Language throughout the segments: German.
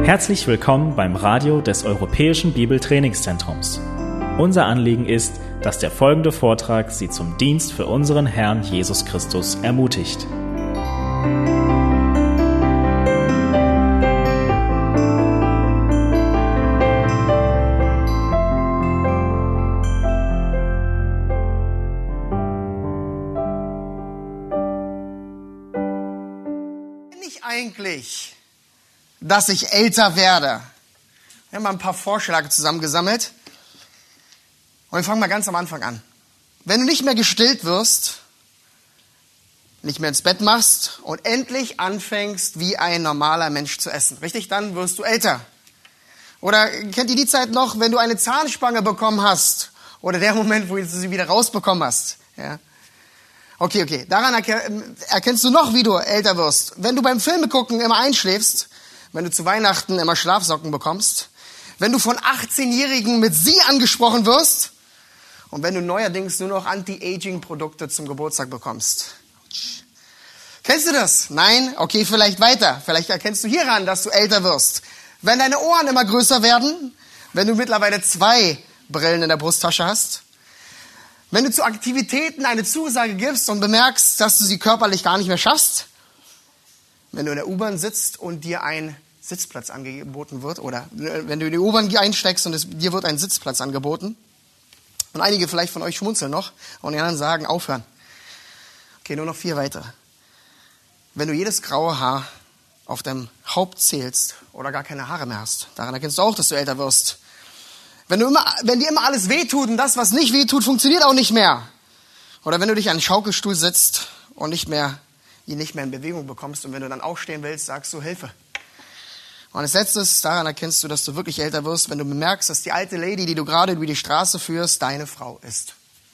Herzlich willkommen beim Radio des Europäischen Bibeltrainingszentrums. Unser Anliegen ist, dass der folgende Vortrag Sie zum Dienst für unseren Herrn Jesus Christus ermutigt. Eigentlich, dass ich älter werde. Wir haben mal ein paar Vorschläge zusammengesammelt. Und wir fangen mal ganz am Anfang an. Wenn du nicht mehr gestillt wirst, nicht mehr ins Bett machst und endlich anfängst, wie ein normaler Mensch zu essen, richtig? Dann wirst du älter. Oder kennt ihr die Zeit noch, wenn du eine Zahnspange bekommen hast? Oder der Moment, wo du sie wieder rausbekommen hast? Ja. Okay. Daran erkennst du noch, wie du älter wirst. Wenn du beim Filme gucken immer einschläfst, wenn du zu Weihnachten immer Schlafsocken bekommst, wenn du von 18-Jährigen mit Sie angesprochen wirst und wenn du neuerdings nur noch Anti-Aging-Produkte zum Geburtstag bekommst. Kennst du das? Nein? Okay, vielleicht weiter. Vielleicht erkennst du hieran, dass du älter wirst. Wenn deine Ohren immer größer werden, wenn du mittlerweile 2 Brillen in der Brusttasche hast, wenn du zu Aktivitäten eine Zusage gibst und bemerkst, dass du sie körperlich gar nicht mehr schaffst, wenn du in der U-Bahn sitzt und dir ein Sitzplatz angeboten wird, oder wenn du in die U-Bahn einsteigst und dir wird ein Sitzplatz angeboten, und einige vielleicht von euch schmunzeln noch und die anderen sagen, aufhören. Okay, nur noch 4 weitere. Wenn du jedes graue Haar auf deinem Haupt zählst oder gar keine Haare mehr hast, daran erkennst du auch, dass du älter wirst. Wenn dir immer alles wehtut und das, was nicht wehtut, funktioniert auch nicht mehr. Oder wenn du dich an einen Schaukelstuhl setzt und ihn nicht mehr in Bewegung bekommst und wenn du dann aufstehen willst, sagst du Hilfe. Und als letztes, daran erkennst du, dass du wirklich älter wirst, wenn du bemerkst, dass die alte Lady, die du gerade über die Straße führst, deine Frau ist.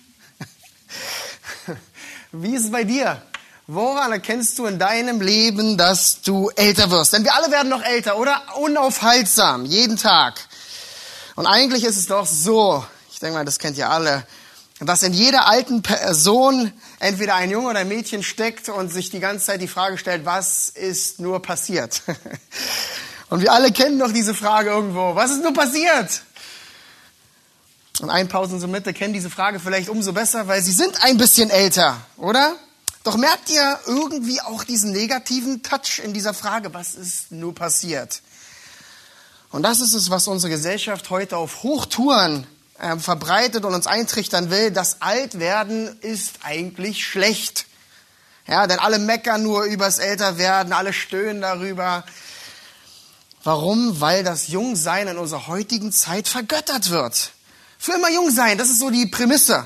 Wie ist es bei dir? Woran erkennst du in deinem Leben, dass du älter wirst? Denn wir alle werden noch älter, oder? Unaufhaltsam, jeden Tag. Und eigentlich ist es doch so, ich denke mal, das kennt ihr alle, dass in jeder alten Person entweder ein Junge oder ein Mädchen steckt und sich die ganze Zeit die Frage stellt, was ist nur passiert? Und wir alle kennen doch diese Frage irgendwo, was ist nur passiert? Und Einpausen so Mitte kennen diese Frage vielleicht umso besser, weil sie sind ein bisschen älter, oder? Doch merkt ihr irgendwie auch diesen negativen Touch in dieser Frage, was ist nur passiert? Und das ist es, was unsere Gesellschaft heute auf Hochtouren verbreitet und uns eintrichtern will. Das Altwerden ist eigentlich schlecht. Ja, denn alle meckern nur übers Älterwerden, alle stöhnen darüber. Warum? Weil das Jungsein in unserer heutigen Zeit vergöttert wird. Für immer jung sein, das ist so die Prämisse.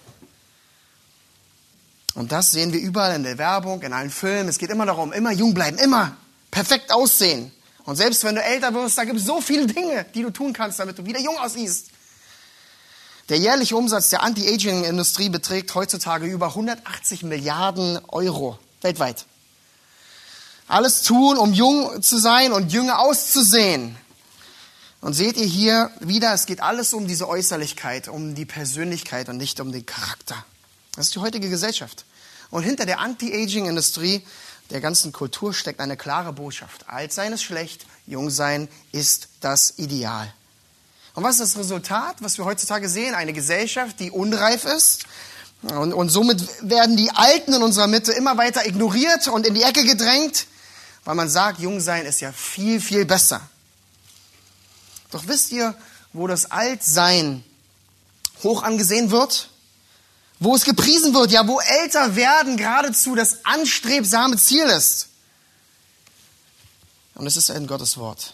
Und das sehen wir überall in der Werbung, in allen Filmen. Es geht immer darum, immer jung bleiben, immer perfekt aussehen. Und selbst wenn du älter wirst, da gibt es so viele Dinge, die du tun kannst, damit du wieder jung aussiehst. Der jährliche Umsatz der Anti-Aging-Industrie beträgt heutzutage über 180 Milliarden Euro weltweit. Alles tun, um jung zu sein und jünger auszusehen. Und seht ihr hier wieder, es geht alles um diese Äußerlichkeit, um die Persönlichkeit und nicht um den Charakter. Das ist die heutige Gesellschaft. Und hinter der Anti-Aging-Industrie der ganzen Kultur steckt eine klare Botschaft. Alt sein ist schlecht, jung sein ist das Ideal. Und was ist das Resultat, was wir heutzutage sehen? Eine Gesellschaft, die unreif ist. Und somit werden die Alten in unserer Mitte immer weiter ignoriert und in die Ecke gedrängt, weil man sagt, jung sein ist ja viel, viel besser. Doch wisst ihr, wo das Altsein hoch angesehen wird? Wo es gepriesen wird, ja, wo älter werden geradezu das anstrebsame Ziel ist. Und es ist in Gottes Wort.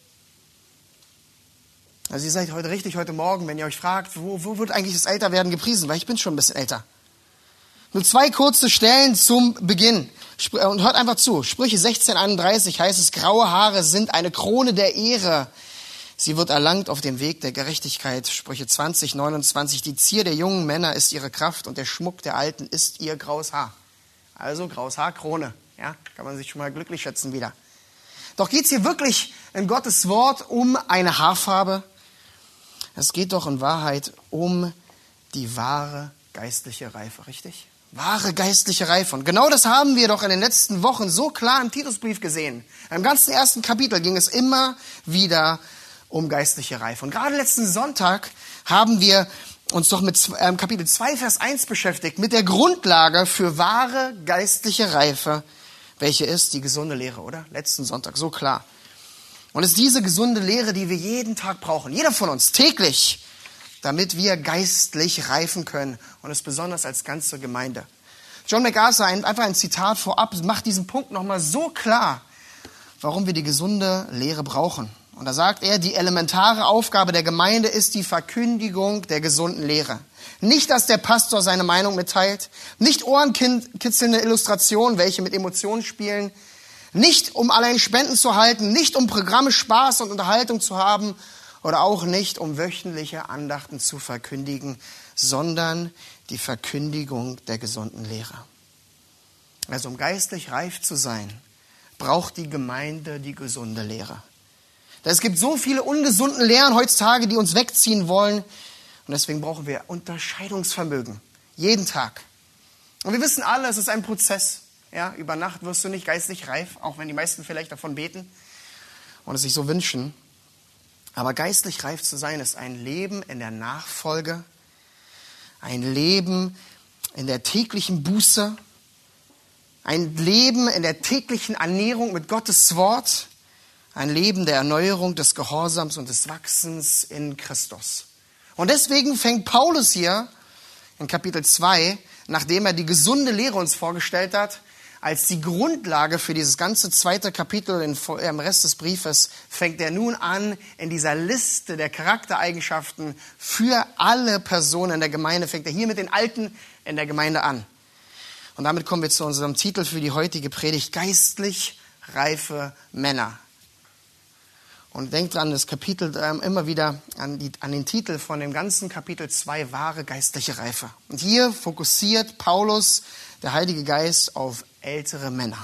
Also ihr seid heute Morgen, wenn ihr euch fragt, wo wird eigentlich das Älterwerden gepriesen? Weil ich bin schon ein bisschen älter. Nur 2 kurze Stellen zum Beginn. Und hört einfach zu. Sprüche 16,31 heißt es, graue Haare sind eine Krone der Ehre. Sie wird erlangt auf dem Weg der Gerechtigkeit. Sprüche 20,29. Die Zier der jungen Männer ist ihre Kraft und der Schmuck der Alten ist ihr graues Haar. Also graues Haar, Krone. Ja, kann man sich schon mal glücklich schätzen wieder. Doch geht es hier wirklich in Gottes Wort um eine Haarfarbe? Es geht doch in Wahrheit um die wahre geistliche Reife, richtig? Wahre geistliche Reife. Und genau das haben wir doch in den letzten Wochen so klar im Titusbrief gesehen. Im ganzen ersten Kapitel ging es immer wieder um geistliche Reife. Und gerade letzten Sonntag haben wir uns doch mit Kapitel 2, Vers 1 beschäftigt, mit der Grundlage für wahre geistliche Reife, welche ist die gesunde Lehre, oder? Letzten Sonntag, so klar. Und es ist diese gesunde Lehre, die wir jeden Tag brauchen, jeder von uns, täglich, damit wir geistlich reifen können und es besonders als ganze Gemeinde. John MacArthur, einfach ein Zitat vorab, macht diesen Punkt nochmal so klar, warum wir die gesunde Lehre brauchen. Und da sagt er, die elementare Aufgabe der Gemeinde ist die Verkündigung der gesunden Lehre. Nicht, dass der Pastor seine Meinung mitteilt, nicht ohrenkitzelnde Illustrationen, welche mit Emotionen spielen, nicht um allein Spenden zu halten, nicht um Programme Spaß und Unterhaltung zu haben, oder auch nicht, um wöchentliche Andachten zu verkündigen, sondern die Verkündigung der gesunden Lehre. Also um geistlich reif zu sein, braucht die Gemeinde die gesunde Lehre. Es gibt so viele ungesunden Lehren heutzutage, die uns wegziehen wollen. Und deswegen brauchen wir Unterscheidungsvermögen. Jeden Tag. Und wir wissen alle, es ist ein Prozess. Ja, über Nacht wirst du nicht geistlich reif, auch wenn die meisten vielleicht davon beten und es sich so wünschen. Aber geistlich reif zu sein, ist ein Leben in der Nachfolge, ein Leben in der täglichen Buße, ein Leben in der täglichen Ernährung mit Gottes Wort, ein Leben der Erneuerung, des Gehorsams und des Wachsens in Christus. Und deswegen fängt Paulus hier in Kapitel 2, nachdem er die gesunde Lehre uns vorgestellt hat, als die Grundlage für dieses ganze zweite Kapitel im Rest des Briefes, fängt er nun an, in dieser Liste der Charaktereigenschaften für alle Personen in der Gemeinde, fängt er hier mit den Alten in der Gemeinde an. Und damit kommen wir zu unserem Titel für die heutige Predigt, geistlich reife Männer. Und denkt dran, das Kapitel immer wieder an den Titel von dem ganzen Kapitel 2, wahre geistliche Reife. Und hier fokussiert Paulus, der Heilige Geist, auf ältere Männer.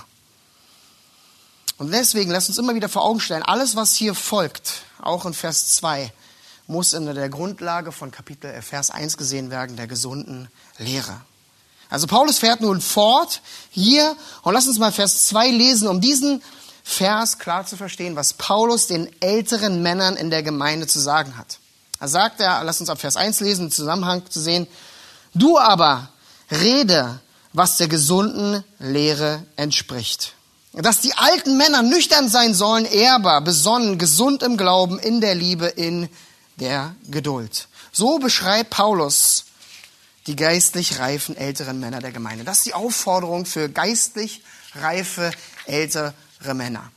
Und deswegen lasst uns immer wieder vor Augen stellen, alles, was hier folgt, auch in Vers 2, muss in der Grundlage von Vers 1 gesehen werden, der gesunden Lehre. Also Paulus fährt nun fort hier und lasst uns mal Vers 2 lesen, um diesen Vers klar zu verstehen, was Paulus den älteren Männern in der Gemeinde zu sagen hat. Da sagt er, lasst uns ab Vers 1 lesen, im Zusammenhang zu sehen, du aber rede, was der gesunden Lehre entspricht. Dass die alten Männer nüchtern sein sollen, ehrbar, besonnen, gesund im Glauben, in der Liebe, in der Geduld. So beschreibt Paulus die geistlich reifen älteren Männer der Gemeinde. Das ist die Aufforderung für geistlich reife ältere Männer.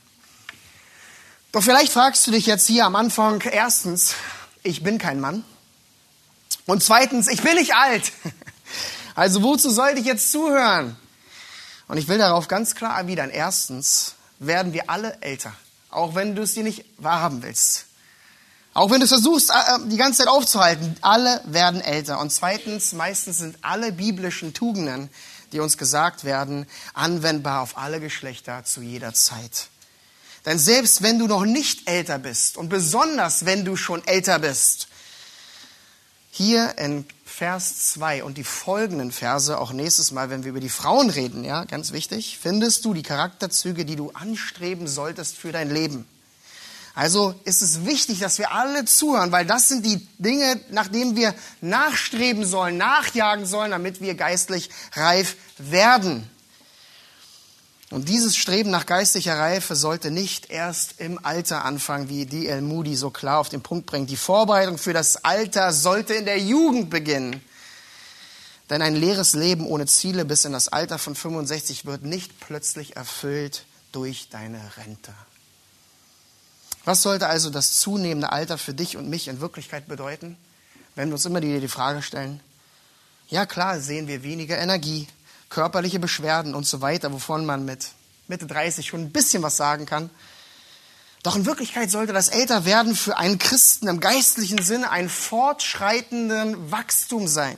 Doch vielleicht fragst du dich jetzt hier am Anfang, erstens, ich bin kein Mann. Und zweitens, ich bin nicht alt. Also wozu sollte ich jetzt zuhören? Und ich will darauf ganz klar erwidern. Erstens werden wir alle älter. Auch wenn du es dir nicht wahrhaben willst. Auch wenn du es versuchst, die ganze Zeit aufzuhalten. Alle werden älter. Und zweitens, meistens sind alle biblischen Tugenden, die uns gesagt werden, anwendbar auf alle Geschlechter zu jeder Zeit. Denn selbst wenn du noch nicht älter bist und besonders wenn du schon älter bist, hier in Vers 2 und die folgenden Verse, auch nächstes Mal, wenn wir über die Frauen reden, ja, ganz wichtig, findest du die Charakterzüge, die du anstreben solltest für dein Leben. Also ist es wichtig, dass wir alle zuhören, weil das sind die Dinge, nach denen wir nachstreben sollen, nachjagen sollen, damit wir geistlich reif werden. Und dieses Streben nach geistlicher Reife sollte nicht erst im Alter anfangen, wie D.L. Moody so klar auf den Punkt bringt. Die Vorbereitung für das Alter sollte in der Jugend beginnen. Denn ein leeres Leben ohne Ziele bis in das Alter von 65 wird nicht plötzlich erfüllt durch deine Rente. Was sollte also das zunehmende Alter für dich und mich in Wirklichkeit bedeuten, wenn wir uns immer die Frage stellen? Ja klar, sehen wir weniger Energie, körperliche Beschwerden und so weiter, wovon man mit Mitte 30 schon ein bisschen was sagen kann. Doch in Wirklichkeit sollte das Älterwerden für einen Christen im geistlichen Sinne ein fortschreitenden Wachstum sein.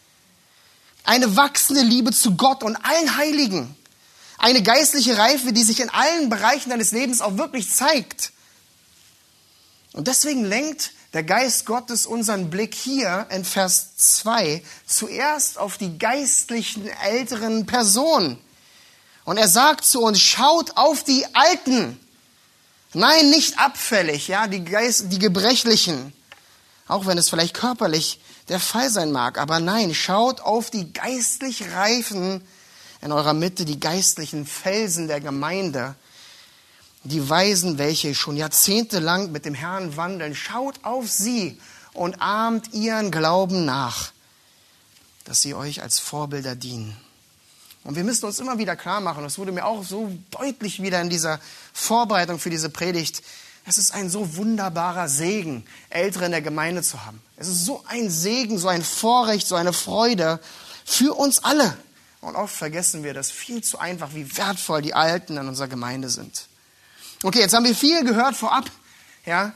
Eine wachsende Liebe zu Gott und allen Heiligen. Eine geistliche Reife, die sich in allen Bereichen deines Lebens auch wirklich zeigt. Und deswegen lenkt der Geist Gottes unseren Blick hier in Vers 2 zuerst auf die geistlichen älteren Personen. Und er sagt zu uns, schaut auf die Alten. Nein, nicht abfällig, ja, die Gebrechlichen. Auch wenn es vielleicht körperlich der Fall sein mag. Aber nein, schaut auf die geistlich Reifen in eurer Mitte, die geistlichen Felsen der Gemeinde. Die Weisen, welche schon jahrzehntelang mit dem Herrn wandeln, schaut auf sie und ahmt ihren Glauben nach, dass sie euch als Vorbilder dienen. Und wir müssen uns immer wieder klar machen, das wurde mir auch so deutlich wieder in dieser Vorbereitung für diese Predigt, es ist ein so wunderbarer Segen, Ältere in der Gemeinde zu haben. Es ist so ein Segen, so ein Vorrecht, so eine Freude für uns alle. Und oft vergessen wir das viel zu einfach, wie wertvoll die Alten in unserer Gemeinde sind. Okay, jetzt haben wir viel gehört vorab, ja,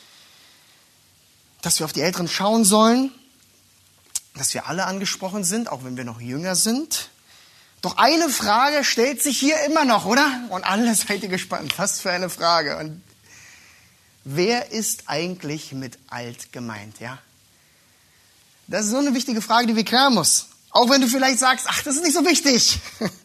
dass wir auf die Älteren schauen sollen, dass wir alle angesprochen sind, auch wenn wir noch jünger sind. Doch eine Frage stellt sich hier immer noch, oder? Und alle seid ihr gespannt. Was für eine Frage. Und wer ist eigentlich mit alt gemeint, ja? Das ist so eine wichtige Frage, die wir klären müssen. Auch wenn du vielleicht sagst, ach, das ist nicht so wichtig.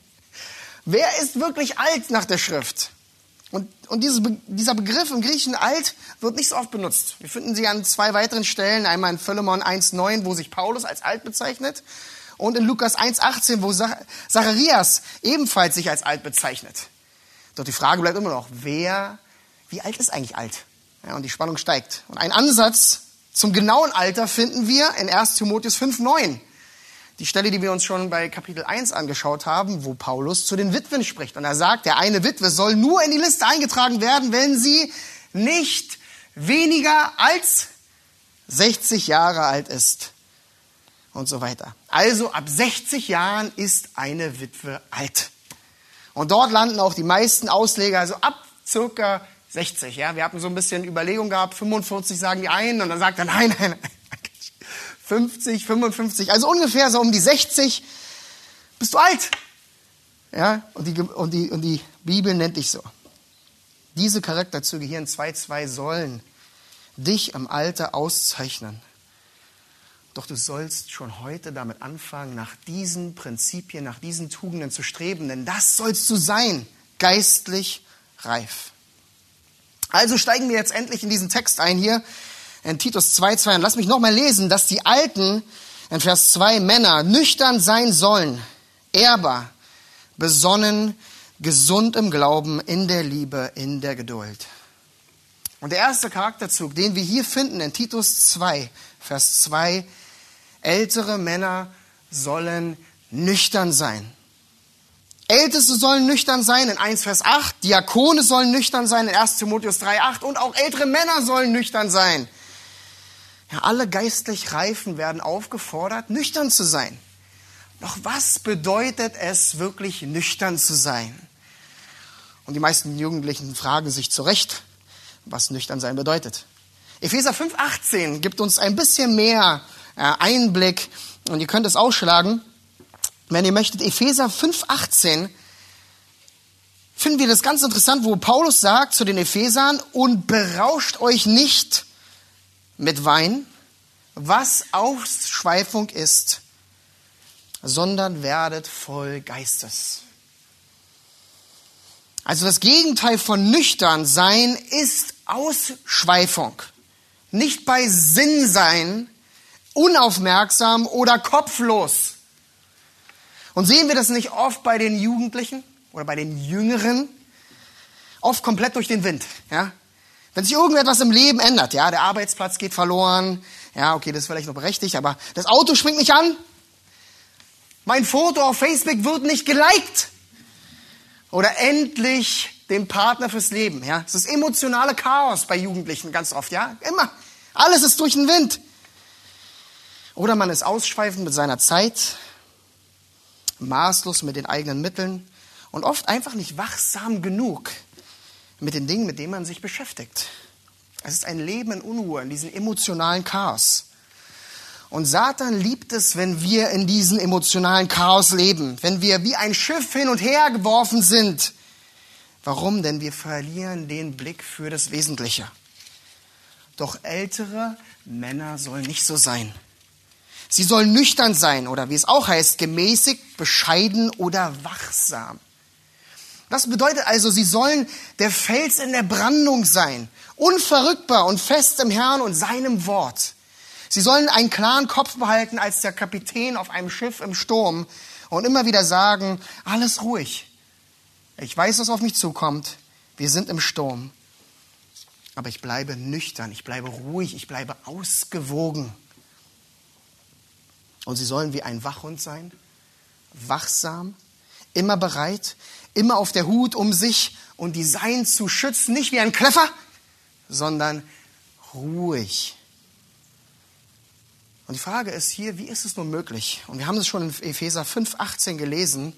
Wer ist wirklich alt nach der Schrift? Und dieser Begriff im Griechischen alt wird nicht so oft benutzt. Wir finden sie an 2 weiteren Stellen, einmal in Philemon 1,9, wo sich Paulus als alt bezeichnet, und in Lukas 1,18, wo Zacharias ebenfalls sich als alt bezeichnet. Doch die Frage bleibt immer noch, wie alt ist eigentlich alt? Ja, und die Spannung steigt. Und einen Ansatz zum genauen Alter finden wir in 1 Timotheus 5,9. Die Stelle, die wir uns schon bei Kapitel 1 angeschaut haben, wo Paulus zu den Witwen spricht. Und er sagt, der eine Witwe soll nur in die Liste eingetragen werden, wenn sie nicht weniger als 60 Jahre alt ist. Und so weiter. Also ab 60 Jahren ist eine Witwe alt. Und dort landen auch die meisten Ausleger, also ab circa 60. Ja? Wir hatten so ein bisschen Überlegung gehabt, 45 sagen die einen und dann sagt er, nein, 50, 55, also ungefähr so um die 60 bist du alt. Ja, und die Bibel nennt dich so. Diese Charakterzüge hier in 2,2 sollen dich im Alter auszeichnen. Doch du sollst schon heute damit anfangen, nach diesen Prinzipien, nach diesen Tugenden zu streben, denn das sollst du sein, geistlich reif. Also steigen wir jetzt endlich in diesen Text ein hier, in Titus 2,2. Und lass mich nochmal lesen, dass die Alten, in Vers 2, Männer nüchtern sein sollen, ehrbar, besonnen, gesund im Glauben, in der Liebe, in der Geduld. Und der erste Charakterzug, den wir hier finden in Titus 2, Vers 2, ältere Männer sollen nüchtern sein. Älteste sollen nüchtern sein in 1 Vers 8, Diakone sollen nüchtern sein in 1 Timotheus 3,8 und auch ältere Männer sollen nüchtern sein. Ja, alle geistlich Reifen werden aufgefordert, nüchtern zu sein. Doch was bedeutet es wirklich, nüchtern zu sein? Und die meisten Jugendlichen fragen sich zu Recht, was nüchtern sein bedeutet. Epheser 5,18 gibt uns ein bisschen mehr Einblick und ihr könnt es ausschlagen. Wenn ihr möchtet, Epheser 5,18 finden wir das ganz interessant, wo Paulus sagt zu den Ephesern, und berauscht euch nicht mit Wein, was Ausschweifung ist, sondern werdet voll Geistes. Also das Gegenteil von nüchtern sein ist Ausschweifung. Nicht bei Sinn sein, unaufmerksam oder kopflos. Und sehen wir das nicht oft bei den Jugendlichen oder bei den Jüngeren? Oft komplett durch den Wind, ja? Wenn sich irgendetwas im Leben ändert, ja, der Arbeitsplatz geht verloren, ja, okay, das ist vielleicht noch berechtigt, aber das Auto springt nicht an, mein Foto auf Facebook wird nicht geliked oder endlich den Partner fürs Leben, ja. Es ist emotionale Chaos bei Jugendlichen ganz oft, ja, immer. Alles ist durch den Wind. Oder man ist ausschweifend mit seiner Zeit, maßlos mit den eigenen Mitteln und oft einfach nicht wachsam genug mit den Dingen, mit denen man sich beschäftigt. Es ist ein Leben in Unruhe, in diesem emotionalen Chaos. Und Satan liebt es, wenn wir in diesem emotionalen Chaos leben, wenn wir wie ein Schiff hin und her geworfen sind. Warum? Denn wir verlieren den Blick für das Wesentliche. Doch ältere Männer sollen nicht so sein. Sie sollen nüchtern sein oder wie es auch heißt, gemäßigt, bescheiden oder wachsam. Das bedeutet also, sie sollen der Fels in der Brandung sein, unverrückbar und fest im Herrn und seinem Wort. Sie sollen einen klaren Kopf behalten als der Kapitän auf einem Schiff im Sturm und immer wieder sagen, alles ruhig. Ich weiß, was auf mich zukommt. Wir sind im Sturm. Aber ich bleibe nüchtern, ich bleibe ruhig, ich bleibe ausgewogen. Und sie sollen wie ein Wachhund sein, wachsam, immer bereit, immer auf der Hut, um sich und die Seinen zu schützen, nicht wie ein Kläffer, sondern ruhig. Und die Frage ist hier, wie ist es nun möglich? Und wir haben es schon in Epheser 5,18 gelesen.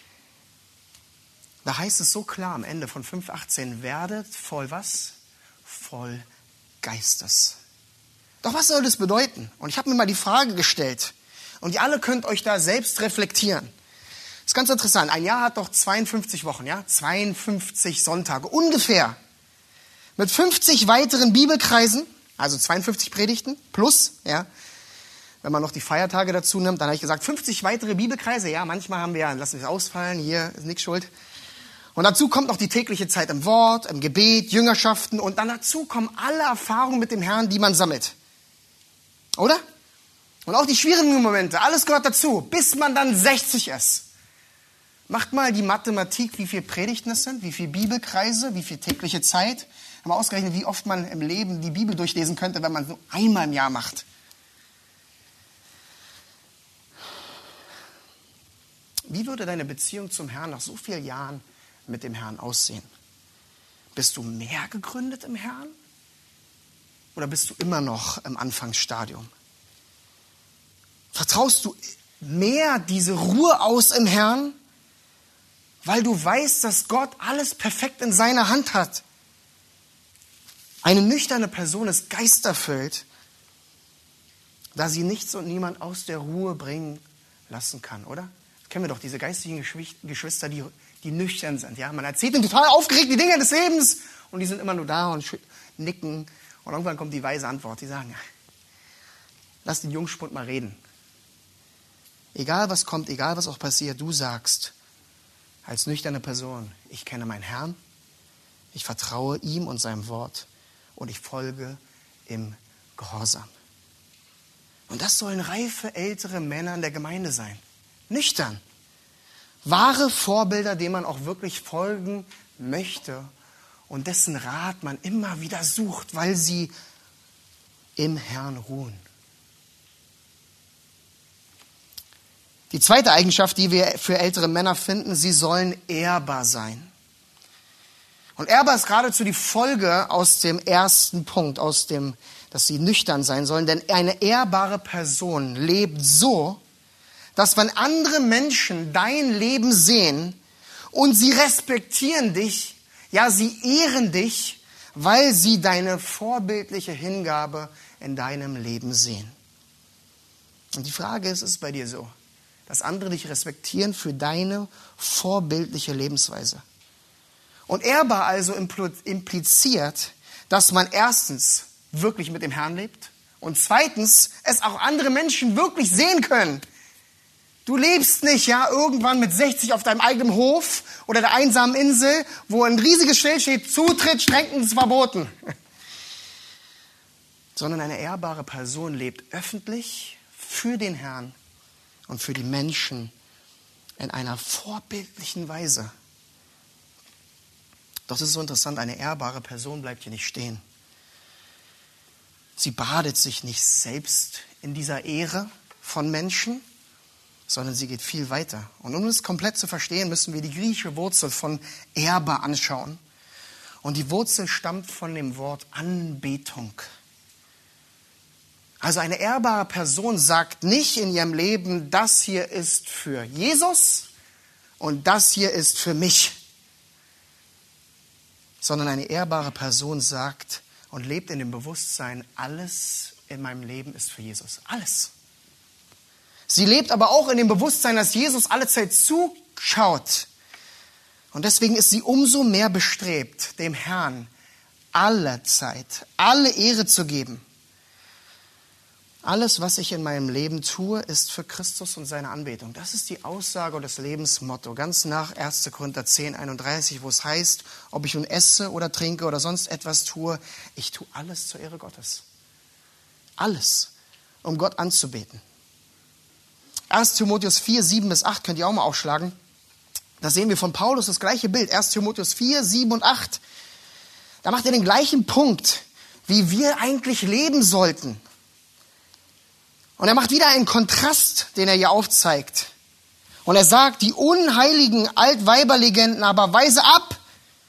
Da heißt es so klar am Ende von 5,18, werdet voll was? Voll Geistes. Doch was soll das bedeuten? Und ich habe mir mal die Frage gestellt. Und ihr alle könnt euch da selbst reflektieren. Das ist ganz interessant. Ein Jahr hat doch 52 Wochen, ja? 52 Sonntage ungefähr. Mit 50 weiteren Bibelkreisen, also 52 Predigten plus, ja? Wenn man noch die Feiertage dazu nimmt, dann habe ich gesagt, 50 weitere Bibelkreise. Ja, manchmal haben wir ja, lassen wir es ausfallen, hier ist nichts schuld. Und dazu kommt noch die tägliche Zeit im Wort, im Gebet, Jüngerschaften und dann dazu kommen alle Erfahrungen mit dem Herrn, die man sammelt. Oder? Und auch die schwierigen Momente, alles gehört dazu, bis man dann 60 ist. Macht mal die Mathematik, wie viele Predigten es sind, wie viele Bibelkreise, wie viel tägliche Zeit. Haben wir ausgerechnet, wie oft man im Leben die Bibel durchlesen könnte, wenn man es nur einmal im Jahr macht. Wie würde deine Beziehung zum Herrn nach so vielen Jahren mit dem Herrn aussehen? Bist du mehr gegründet im Herrn? Oder bist du immer noch im Anfangsstadium? Vertraust du mehr diese Ruhe aus im Herrn, weil du weißt, dass Gott alles perfekt in seiner Hand hat? Eine nüchterne Person ist geisterfüllt, da sie nichts und niemand aus der Ruhe bringen lassen kann, oder? Kennen wir doch diese geistigen Geschwister, die nüchtern sind. Ja? Man erzählt ihnen total aufgeregt die Dinge des Lebens und die sind immer nur da und nicken. Und irgendwann kommt die weise Antwort. Die sagen, lass den Jungspund mal reden. Egal was kommt, egal was auch passiert, du sagst als nüchterne Person, ich kenne meinen Herrn, ich vertraue ihm und seinem Wort und ich folge im Gehorsam. Und das sollen reife, ältere Männer in der Gemeinde sein. Nüchtern. Wahre Vorbilder, denen man auch wirklich folgen möchte und dessen Rat man immer wieder sucht, weil sie im Herrn ruhen. Die zweite Eigenschaft, die wir für ältere Männer finden, sie sollen ehrbar sein. Und ehrbar ist geradezu die Folge aus dem ersten Punkt, dass sie nüchtern sein sollen. Denn eine ehrbare Person lebt so, dass wenn andere Menschen dein Leben sehen und sie respektieren dich, ja, sie ehren dich, weil sie deine vorbildliche Hingabe in deinem Leben sehen. Und die Frage ist es bei dir so, dass andere dich respektieren für deine vorbildliche Lebensweise? Und ehrbar also impliziert, dass man erstens wirklich mit dem Herrn lebt und zweitens es auch andere Menschen wirklich sehen können. Du lebst nicht, ja, irgendwann mit 60 auf deinem eigenen Hof oder der einsamen Insel, wo ein riesiges Schild steht, Zutritt strengstens verboten. Sondern eine ehrbare Person lebt öffentlich für den Herrn und für die Menschen in einer vorbildlichen Weise. Doch es ist so interessant, eine ehrbare Person bleibt hier nicht stehen. Sie badet sich nicht selbst in dieser Ehre von Menschen, sondern sie geht viel weiter. Und um es komplett zu verstehen, müssen wir die griechische Wurzel von ehrbar anschauen. Und die Wurzel stammt von dem Wort Anbetung. Also eine ehrbare Person sagt nicht in ihrem Leben, das hier ist für Jesus und das hier ist für mich. Sondern eine ehrbare Person sagt und lebt in dem Bewusstsein, alles in meinem Leben ist für Jesus. Alles. Sie lebt aber auch in dem Bewusstsein, dass Jesus alle Zeit zuschaut. Und deswegen ist sie umso mehr bestrebt, dem Herrn alle Zeit, alle Ehre zu geben. Alles, was ich in meinem Leben tue, ist für Christus und seine Anbetung. Das ist die Aussage und das Lebensmotto, ganz nach 1. Korinther 10,31, wo es heißt, ob ich nun esse oder trinke oder sonst etwas tue, ich tue alles zur Ehre Gottes. Alles, um Gott anzubeten. 1. Timotheus 4, 7-8 könnt ihr auch mal aufschlagen. Da sehen wir von Paulus das gleiche Bild. 1. Timotheus 4, 7 und 8. Da macht er den gleichen Punkt, wie wir eigentlich leben sollten. Und er macht wieder einen Kontrast, den er hier aufzeigt. Und er sagt, die unheiligen Altweiberlegenden aber weise ab.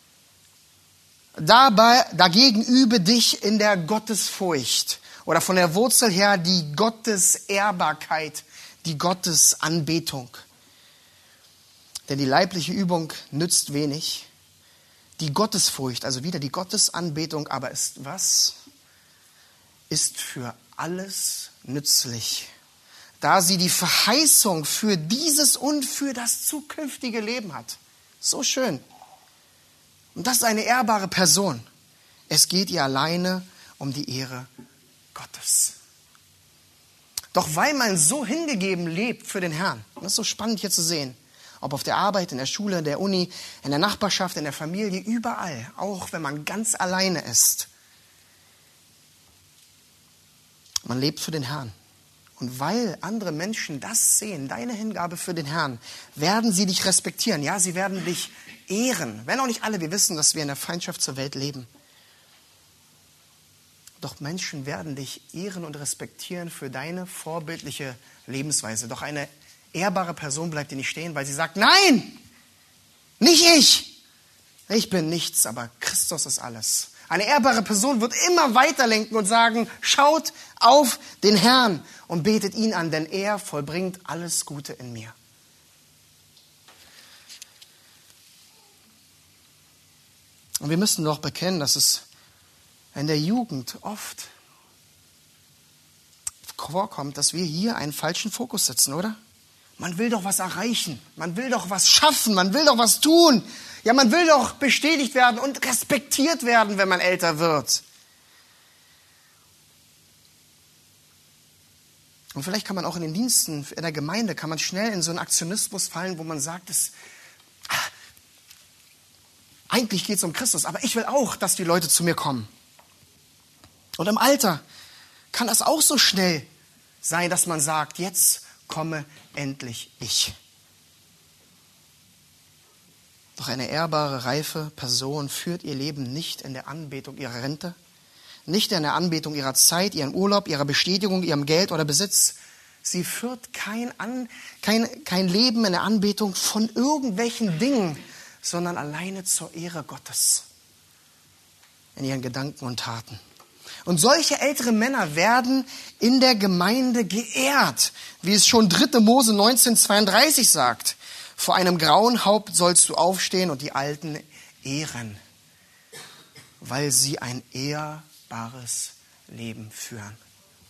Dagegen übe dich in der Gottesfurcht. Oder von der Wurzel her die Gottesehrbarkeit, die Gottesanbetung. Denn die leibliche Übung nützt wenig. Die Gottesfurcht, also wieder die Gottesanbetung, aber ist was? Ist für alles nützlich, da sie die Verheißung für dieses und für das zukünftige Leben hat. So schön. Und das ist eine ehrbare Person. Es geht ihr alleine um die Ehre Gottes. Doch weil man so hingegeben lebt für den Herrn, und das ist so spannend hier zu sehen, ob auf der Arbeit, in der Schule, in der Uni, in der Nachbarschaft, in der Familie, überall, auch wenn man ganz alleine ist. Man lebt für den Herrn. Und weil andere Menschen das sehen, deine Hingabe für den Herrn, werden sie dich respektieren. Ja, sie werden dich ehren. Wenn auch nicht alle, wir wissen, dass wir in der Feindschaft zur Welt leben. Doch Menschen werden dich ehren und respektieren für deine vorbildliche Lebensweise. Doch eine ehrbare Person bleibt dir nicht stehen, weil sie sagt, nein, nicht ich. Ich bin nichts, aber Christus ist alles. Eine ehrbare Person wird immer weiterlenken und sagen, schaut auf den Herrn und betet ihn an, denn er vollbringt alles Gute in mir. Und wir müssen doch bekennen, dass es in der Jugend oft vorkommt, dass wir hier einen falschen Fokus setzen, oder? Man will doch was erreichen, man will doch was schaffen, man will doch was tun. Ja, man will doch bestätigt werden und respektiert werden, wenn man älter wird. Und vielleicht kann man auch in den Diensten in der Gemeinde, kann man schnell in so einen Aktionismus fallen, wo man sagt, eigentlich geht es um Christus, aber ich will auch, dass die Leute zu mir kommen. Und im Alter kann das auch so schnell sein, dass man sagt, jetzt komme endlich ich. Doch eine ehrbare, reife Person führt ihr Leben nicht in der Anbetung ihrer Rente, nicht in der Anbetung ihrer Zeit, ihren Urlaub, ihrer Bestätigung, ihrem Geld oder Besitz. Sie führt kein Leben in der Anbetung von irgendwelchen Dingen, sondern alleine zur Ehre Gottes in ihren Gedanken und Taten. Und solche ältere Männer werden in der Gemeinde geehrt, wie es schon 3. Mose 19,32 sagt. Vor einem grauen Haupt sollst du aufstehen und die Alten ehren, weil sie ein ehrbares Leben führen.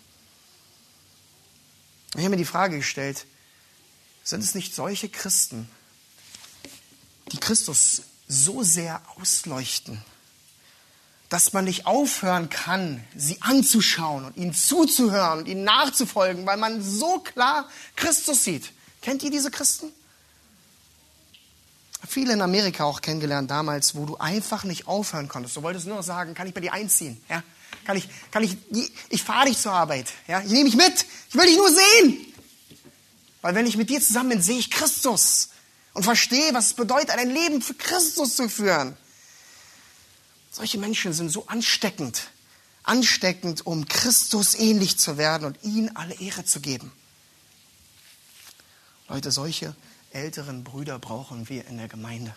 Ich habe mir die Frage gestellt, sind es nicht solche Christen, die Christus so sehr ausleuchten, dass man nicht aufhören kann, sie anzuschauen und ihnen zuzuhören und ihnen nachzufolgen, weil man so klar Christus sieht. Kennt ihr diese Christen? Viele in Amerika auch kennengelernt damals, wo du einfach nicht aufhören konntest. Du wolltest nur noch sagen, kann ich bei dir einziehen? Ja? Ich fahre dich zur Arbeit. Ja? Ich nehme dich mit. Ich will dich nur sehen. Weil wenn ich mit dir zusammen bin, sehe ich Christus und verstehe, was es bedeutet, ein Leben für Christus zu führen. Solche Menschen sind so ansteckend, um Christus ähnlich zu werden und ihm alle Ehre zu geben. Leute, solche älteren Brüder brauchen wir in der Gemeinde.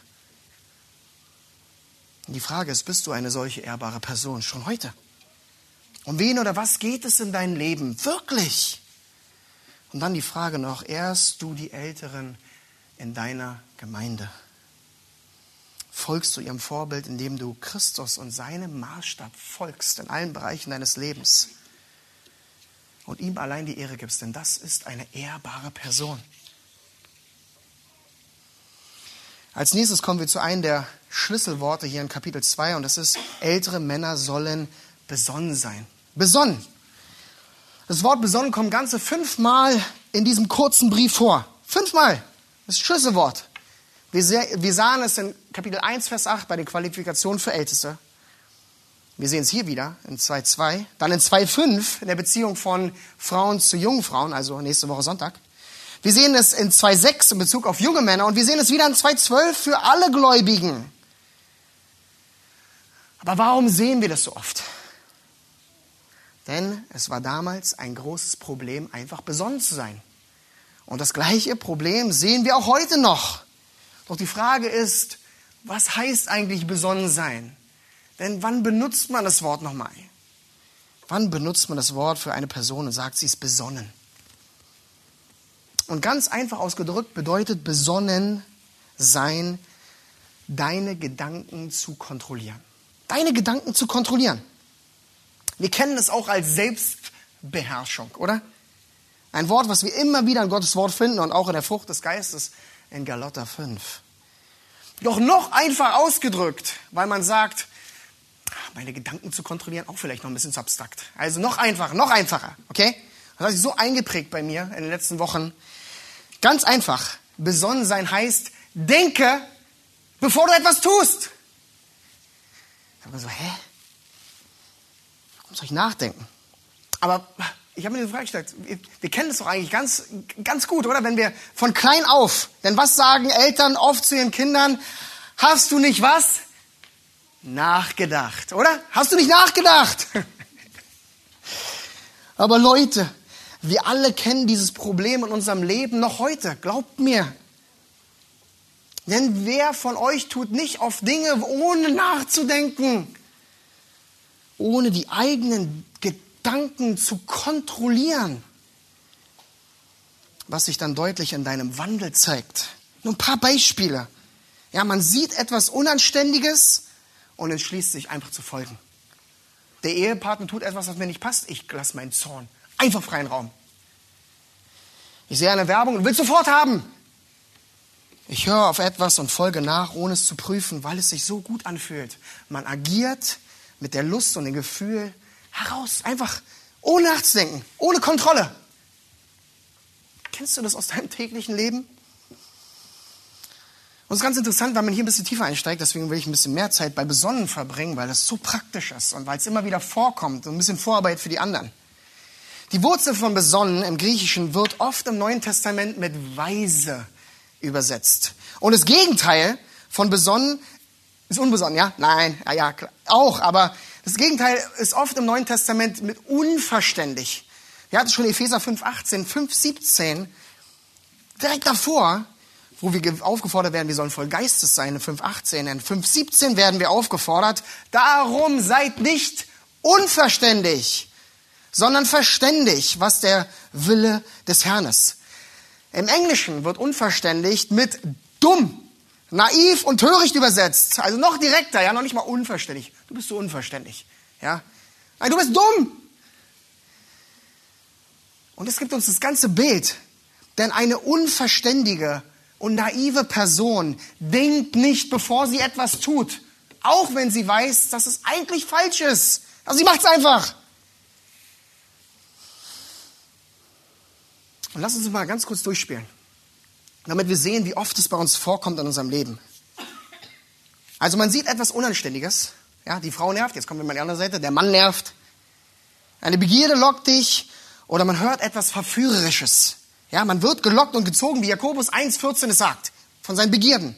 Und die Frage ist, bist du eine solche ehrbare Person schon heute? Um wen oder was geht es in deinem Leben? Wirklich? Und dann die Frage noch, ehrst du die Älteren in deiner Gemeinde? Folgst du ihrem Vorbild, indem du Christus und seinem Maßstab folgst in allen Bereichen deines Lebens und ihm allein die Ehre gibst, denn das ist eine ehrbare Person. Als nächstes kommen wir zu einem der Schlüsselworte hier in Kapitel 2 und das ist, ältere Männer sollen besonnen sein. Besonnen. Das Wort besonnen kommt ganze 5 Mal in diesem kurzen Brief vor. 5 Mal. Das ist ein Schlüsselwort. Wir sahen es in Kapitel 1, Vers 8 bei den Qualifikationen für Älteste. Wir sehen es hier wieder in 2,2. Dann in 2,5 in der Beziehung von Frauen zu jungen Frauen, also nächste Woche Sonntag. Wir sehen es in 2,6 in Bezug auf junge Männer und wir sehen es wieder in 2,12 für alle Gläubigen. Aber warum sehen wir das so oft? Denn es war damals ein großes Problem, einfach besonnen zu sein. Und das gleiche Problem sehen wir auch heute noch. Doch die Frage ist, was heißt eigentlich besonnen sein? Denn wann benutzt man das Wort nochmal? Wann benutzt man das Wort für eine Person und sagt, sie ist besonnen? Und ganz einfach ausgedrückt bedeutet besonnen sein, deine Gedanken zu kontrollieren. Deine Gedanken zu kontrollieren. Wir kennen es auch als Selbstbeherrschung, oder? Ein Wort, was wir immer wieder in Gottes Wort finden und auch in der Frucht des Geistes in Galater 5. Doch noch einfach ausgedrückt, weil man sagt, meine Gedanken zu kontrollieren, auch vielleicht noch ein bisschen zu abstrakt. Also noch einfacher, okay? Das hat sich so eingeprägt bei mir in den letzten Wochen. Ganz einfach, besonnen sein heißt, denke, bevor du etwas tust. Ich habe mir so, warum soll ich nachdenken? Aber ich habe mir die Frage gestellt, wir kennen das doch eigentlich ganz gut, oder? Wenn wir von klein auf, denn was sagen Eltern oft zu ihren Kindern? Hast du nicht was? Nachgedacht, oder? Hast du nicht nachgedacht? Aber Leute, wir alle kennen dieses Problem in unserem Leben noch heute, glaubt mir. Denn wer von euch tut nicht oft Dinge, ohne nachzudenken, ohne die eigenen Gedanken zu kontrollieren, was sich dann deutlich in deinem Wandel zeigt. Nur ein paar Beispiele. Ja, man sieht etwas Unanständiges und entschließt sich einfach zu folgen. Der Ehepartner tut etwas, was mir nicht passt. Ich lasse meinen Zorn einfach freien Raum. Ich sehe eine Werbung und will es sofort haben. Ich höre auf etwas und folge nach, ohne es zu prüfen, weil es sich so gut anfühlt. Man agiert mit der Lust und dem Gefühl heraus, einfach ohne nachzudenken, ohne Kontrolle. Kennst du das aus deinem täglichen Leben? Und es ist ganz interessant, weil man hier ein bisschen tiefer einsteigt, deswegen will ich ein bisschen mehr Zeit bei Besonnen verbringen, weil das so praktisch ist und weil es immer wieder vorkommt und ein bisschen Vorarbeit für die anderen. Die Wurzel von besonnen im Griechischen wird oft im Neuen Testament mit weise übersetzt. Und das Gegenteil von besonnen ist unbesonnen, ja? Nein, ja, klar, auch, aber das Gegenteil ist oft im Neuen Testament mit unverständig. Wir hatten schon Epheser 5,18, 5,17, direkt davor, wo wir aufgefordert werden, wir sollen voll Geistes sein, in 5,18. In 5,17 werden wir aufgefordert, darum seid nicht unverständig, sondern verständig, was der Wille des Herrn ist. Im Englischen wird unverständig mit dumm, naiv und töricht übersetzt. Also noch direkter, ja, noch nicht mal unverständlich. Du bist so unverständlich, ja. Nein, du bist dumm. Und es gibt uns das ganze Bild. Denn eine unverständige und naive Person denkt nicht, bevor sie etwas tut. Auch wenn sie weiß, dass es eigentlich falsch ist. Also sie macht es einfach. Und lass uns mal ganz kurz durchspielen, damit wir sehen, wie oft es bei uns vorkommt in unserem Leben. Also man sieht etwas Unanständiges. Ja, die Frau nervt, jetzt kommen wir mal an die andere Seite, der Mann nervt. Eine Begierde lockt dich oder man hört etwas Verführerisches. Ja, man wird gelockt und gezogen, wie Jakobus 1,14 es sagt, von seinen Begierden.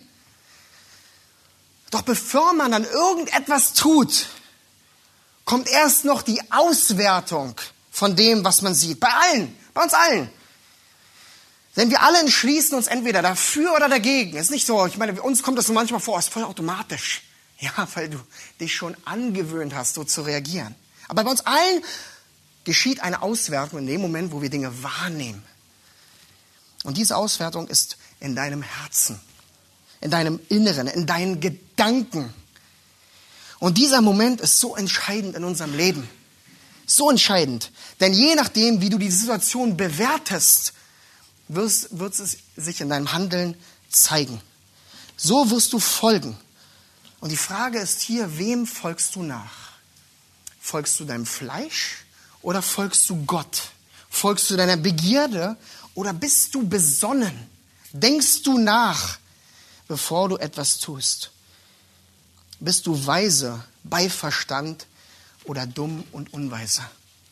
Doch bevor man dann irgendetwas tut, kommt erst noch die Auswertung von dem, was man sieht. Bei allen, bei uns allen. Denn wir alle entschließen uns entweder dafür oder dagegen. Es ist nicht so, ich meine, uns kommt das so manchmal vor, es ist voll automatisch. Ja, weil du dich schon angewöhnt hast, so zu reagieren. Aber bei uns allen geschieht eine Auswertung in dem Moment, wo wir Dinge wahrnehmen. Und diese Auswertung ist in deinem Herzen, in deinem Inneren, in deinen Gedanken. Und dieser Moment ist so entscheidend in unserem Leben. So entscheidend. Denn je nachdem, wie du die Situation bewertest, wird es sich in deinem Handeln zeigen. So wirst du folgen. Und die Frage ist hier, wem folgst du nach? Folgst du deinem Fleisch oder folgst du Gott? Folgst du deiner Begierde oder bist du besonnen? Denkst du nach, bevor du etwas tust? Bist du weise bei Verstand oder dumm und unweise?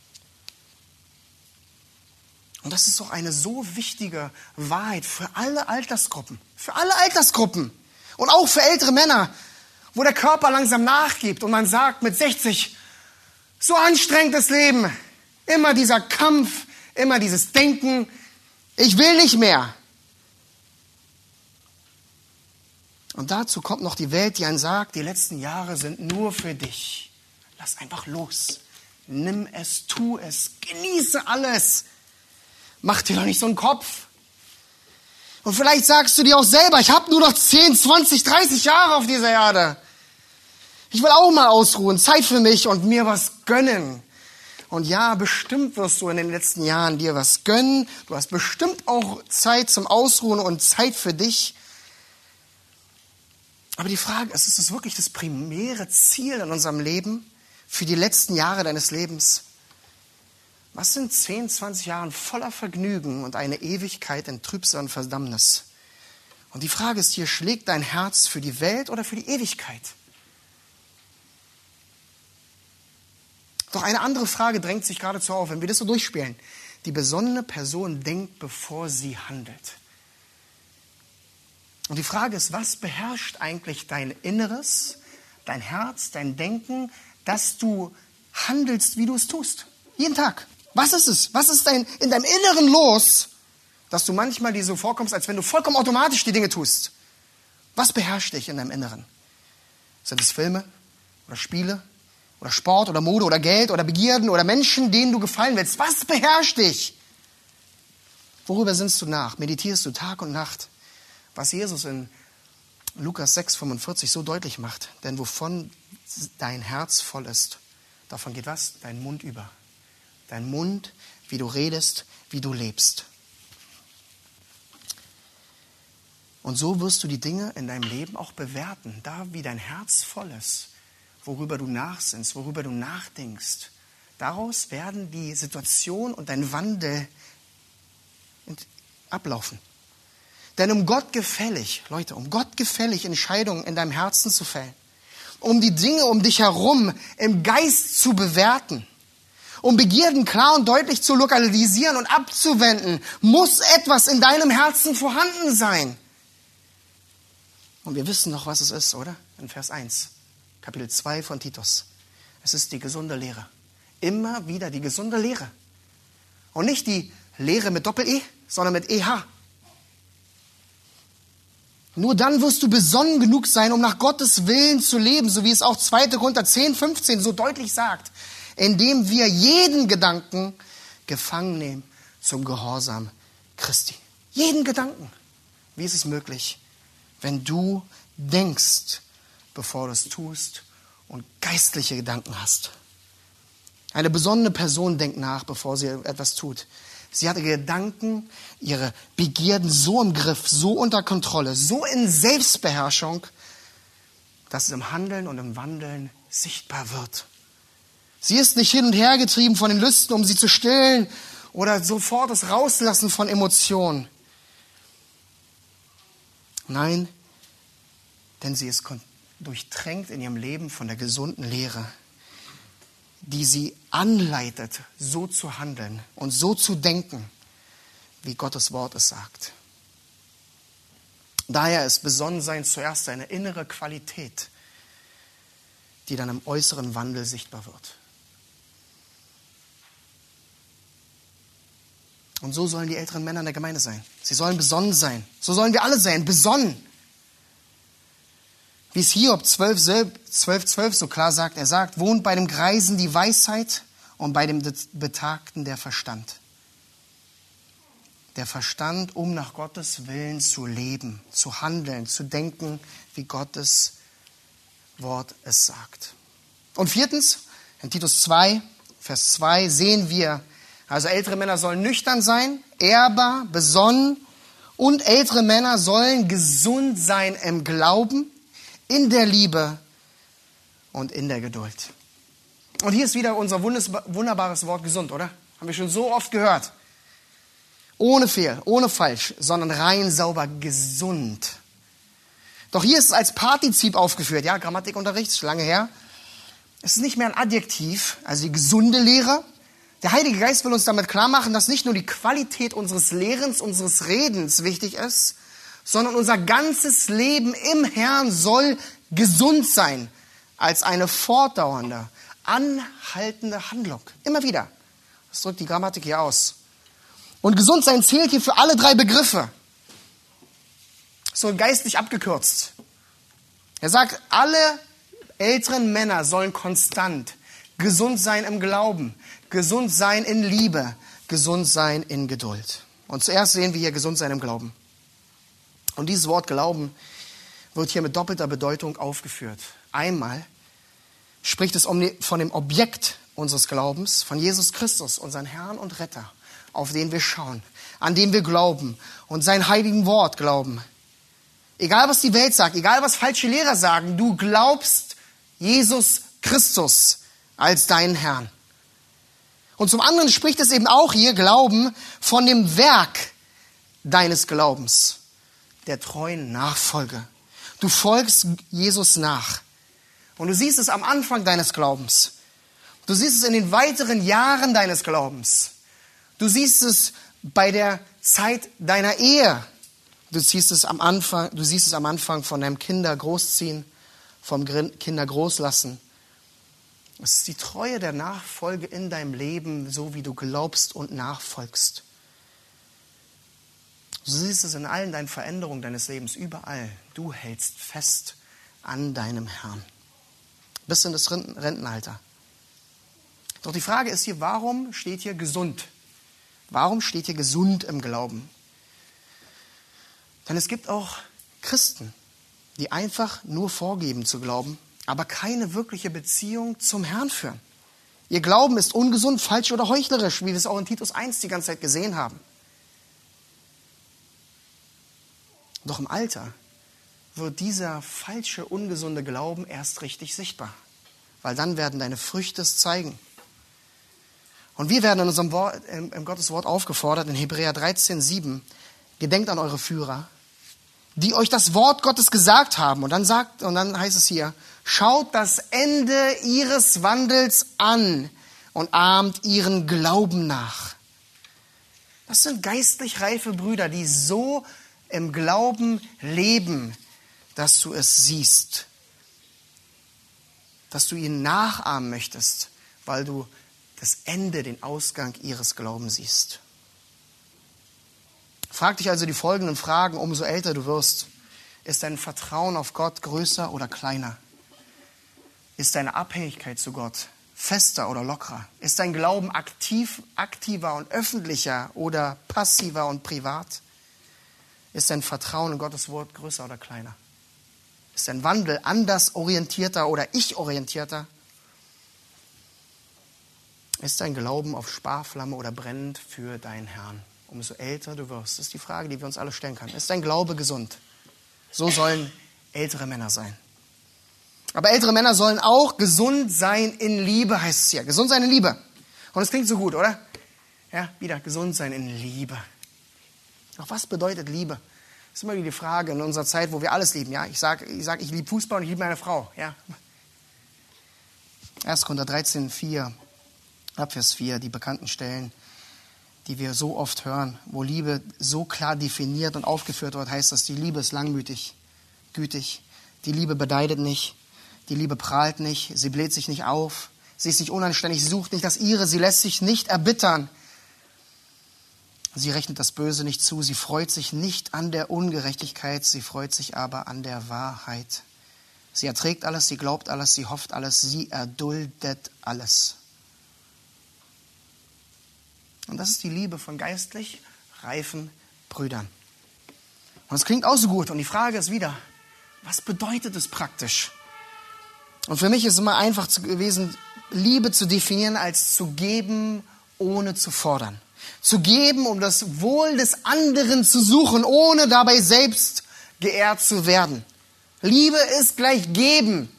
Und das ist doch eine so wichtige Wahrheit für alle Altersgruppen. Für alle Altersgruppen. Und auch für ältere Männer, wo der Körper langsam nachgibt und man sagt mit 60, so anstrengendes Leben. Immer dieser Kampf, immer dieses Denken, ich will nicht mehr. Und dazu kommt noch die Welt, die einen sagt, die letzten Jahre sind nur für dich. Lass einfach los. Nimm es, tu es, genieße alles. Mach dir doch nicht so einen Kopf. Und vielleicht sagst du dir auch selber, ich habe nur noch 10, 20, 30 Jahre auf dieser Erde. Ich will auch mal ausruhen, Zeit für mich und mir was gönnen. Und ja, bestimmt wirst du in den letzten Jahren dir was gönnen. Du hast bestimmt auch Zeit zum Ausruhen und Zeit für dich. Aber die Frage ist es wirklich das primäre Ziel in unserem Leben für die letzten Jahre deines Lebens? Was sind 10, 20 Jahre voller Vergnügen und eine Ewigkeit in Trübsal und Verdammnis? Und die Frage ist hier, schlägt dein Herz für die Welt oder für die Ewigkeit? Doch eine andere Frage drängt sich geradezu auf, wenn wir das so durchspielen. Die besonnene Person denkt, bevor sie handelt. Und die Frage ist, was beherrscht eigentlich dein Inneres, dein Herz, dein Denken, dass du handelst, wie du es tust? Jeden Tag. Was ist es? Was ist in deinem Inneren los, dass du manchmal dir so vorkommst, als wenn du vollkommen automatisch die Dinge tust? Was beherrscht dich in deinem Inneren? Sind es Filme oder Spiele oder Sport oder Mode oder Geld oder Begierden oder Menschen, denen du gefallen willst? Was beherrscht dich? Worüber sinnst du nach? Meditierst du Tag und Nacht? Was Jesus in Lukas 6,45 so deutlich macht. Denn wovon dein Herz voll ist, davon geht was? Dein Mund über. Dein Mund, wie du redest, wie du lebst. Und so wirst du die Dinge in deinem Leben auch bewerten. Da, wie dein Herz voll ist, worüber du nachsinnst, worüber du nachdenkst. Daraus werden die Situation und dein Wandel ablaufen. Denn um Gott gefällig Entscheidungen in deinem Herzen zu fällen, um die Dinge um dich herum im Geist zu bewerten, um Begierden klar und deutlich zu lokalisieren und abzuwenden, muss etwas in deinem Herzen vorhanden sein. Und wir wissen noch, was es ist, oder? In Vers 1, Kapitel 2 von Titus. Es ist die gesunde Lehre. Immer wieder die gesunde Lehre. Und nicht die Lehre mit Doppel-E, sondern mit EH. Nur dann wirst du besonnen genug sein, um nach Gottes Willen zu leben, so wie es auch 2. Korinther 10, 15 so deutlich sagt, indem wir jeden Gedanken gefangen nehmen zum Gehorsam Christi. Jeden Gedanken. Wie ist es möglich, wenn du denkst, bevor du es tust und geistliche Gedanken hast? Eine besonnene Person denkt nach, bevor sie etwas tut. Sie hat ihre Gedanken, ihre Begierden so im Griff, so unter Kontrolle, so in Selbstbeherrschung, dass es im Handeln und im Wandeln sichtbar wird. Sie ist nicht hin und her getrieben von den Lüsten, um sie zu stillen oder sofort das Rauslassen von Emotionen. Nein, denn sie ist durchtränkt in ihrem Leben von der gesunden Lehre, die sie anleitet, so zu handeln und so zu denken, wie Gottes Wort es sagt. Daher ist Besonnensein zuerst eine innere Qualität, die dann im äußeren Wandel sichtbar wird. Und so sollen die älteren Männer in der Gemeinde sein. Sie sollen besonnen sein. So sollen wir alle sein, besonnen. Wie es Hiob 12 so klar sagt, er sagt, wohnt bei dem Greisen die Weisheit und bei dem Betagten der Verstand. Der Verstand, um nach Gottes Willen zu leben, zu handeln, zu denken, wie Gottes Wort es sagt. Und 4, in Titus 2, Vers 2 sehen wir, also ältere Männer sollen nüchtern sein, ehrbar, besonnen Und ältere Männer sollen gesund sein im Glauben, in der Liebe und in der Geduld. Und hier ist wieder unser wunderbares Wort gesund, oder? Haben wir schon so oft gehört. Ohne Fehl, ohne falsch, sondern rein sauber gesund. Doch hier ist es als Partizip aufgeführt. Ja, Grammatikunterricht, ist lange her. Es ist nicht mehr ein Adjektiv, also die gesunde Lehre. Der Heilige Geist will uns damit klar machen, dass nicht nur die Qualität unseres Lehrens, unseres Redens wichtig ist, sondern unser ganzes Leben im Herrn soll gesund sein, als eine fortdauernde, anhaltende Handlung. Immer wieder. Das drückt die Grammatik hier aus. Und gesund sein zählt hier für alle drei Begriffe. So geistlich abgekürzt. Er sagt, alle älteren Männer sollen konstant gesund sein im Glauben, gesund sein in Liebe, gesund sein in Geduld. Und zuerst sehen wir hier gesund sein im Glauben. Und dieses Wort Glauben wird hier mit doppelter Bedeutung aufgeführt. Einmal spricht es von dem Objekt unseres Glaubens, von Jesus Christus, unseren Herrn und Retter, auf den wir schauen, an den wir glauben und sein heiligen Wort glauben. Egal, was die Welt sagt, egal, was falsche Lehrer sagen, du glaubst Jesus Christus als deinen Herrn. Und zum anderen spricht es eben auch hier, Glauben, von dem Werk deines Glaubens, der treuen Nachfolge. Du folgst Jesus nach. Und du siehst es am Anfang deines Glaubens. Du siehst es in den weiteren Jahren deines Glaubens. Du siehst es bei der Zeit deiner Ehe. Du siehst es am Anfang von deinem Kinder großziehen, vom Kinder großlassen. Es ist die Treue der Nachfolge in deinem Leben, so wie du glaubst und nachfolgst. Du siehst es in allen deinen Veränderungen deines Lebens, überall. Du hältst fest an deinem Herrn. Bis in das Rentenalter. Doch die Frage ist hier, warum steht hier gesund? Warum steht hier gesund im Glauben? Denn es gibt auch Christen, die einfach nur vorgeben zu glauben, aber keine wirkliche Beziehung zum Herrn führen. Ihr Glauben ist ungesund, falsch oder heuchlerisch, wie wir es auch in Titus 1 die ganze Zeit gesehen haben. Doch im Alter wird dieser falsche, ungesunde Glauben erst richtig sichtbar. Weil dann werden deine Früchte es zeigen. Und wir werden in unserem Wort, im Gottes Wort aufgefordert, in Hebräer 13,7, gedenkt an eure Führer, die euch das Wort Gottes gesagt haben. Und dann heißt es hier, schaut das Ende ihres Wandels an und ahmt ihren Glauben nach. Das sind geistlich reife Brüder, die so im Glauben leben, dass du es siehst. Dass du ihnen nachahmen möchtest, weil du das Ende, den Ausgang ihres Glaubens siehst. Frag dich also die folgenden Fragen, umso älter du wirst. Ist dein Vertrauen auf Gott größer oder kleiner? Ist deine Abhängigkeit zu Gott fester oder lockerer? Ist dein Glauben aktiver und öffentlicher oder passiver und privat? Ist dein Vertrauen in Gottes Wort größer oder kleiner? Ist dein Wandel anders orientierter oder ich-orientierter? Ist dein Glauben auf Sparflamme oder brennend für deinen Herrn? Umso älter du wirst, das ist die Frage, die wir uns alle stellen können. Ist dein Glaube gesund? So sollen ältere Männer sein. Aber ältere Männer sollen auch gesund sein in Liebe, heißt es hier. Gesund sein in Liebe. Und das klingt so gut, oder? Ja, wieder gesund sein in Liebe. Doch was bedeutet Liebe? Das ist immer wieder die Frage in unserer Zeit, wo wir alles lieben. Ja? Ich sag, ich liebe Fußball und ich liebe meine Frau. Ja? 1. Korinther 13,4, Abvers 4, die bekannten Stellen, die wir so oft hören, wo Liebe so klar definiert und aufgeführt wird, heißt das, die Liebe ist langmütig, gütig. Die Liebe beneidet nicht, die Liebe prahlt nicht, sie bläht sich nicht auf, sie ist nicht unanständig, sie sucht nicht das Ihre, sie lässt sich nicht erbittern. Sie rechnet das Böse nicht zu, sie freut sich nicht an der Ungerechtigkeit, sie freut sich aber an der Wahrheit. Sie erträgt alles, sie glaubt alles, sie hofft alles, sie erduldet alles. Und das ist die Liebe von geistlich reifen Brüdern. Und es klingt auch so gut. Und die Frage ist wieder, was bedeutet es praktisch? Und für mich ist es immer einfach gewesen, Liebe zu definieren als zu geben, ohne zu fordern. Zu geben, um das Wohl des anderen zu suchen, ohne dabei selbst geehrt zu werden. Liebe ist gleich geben.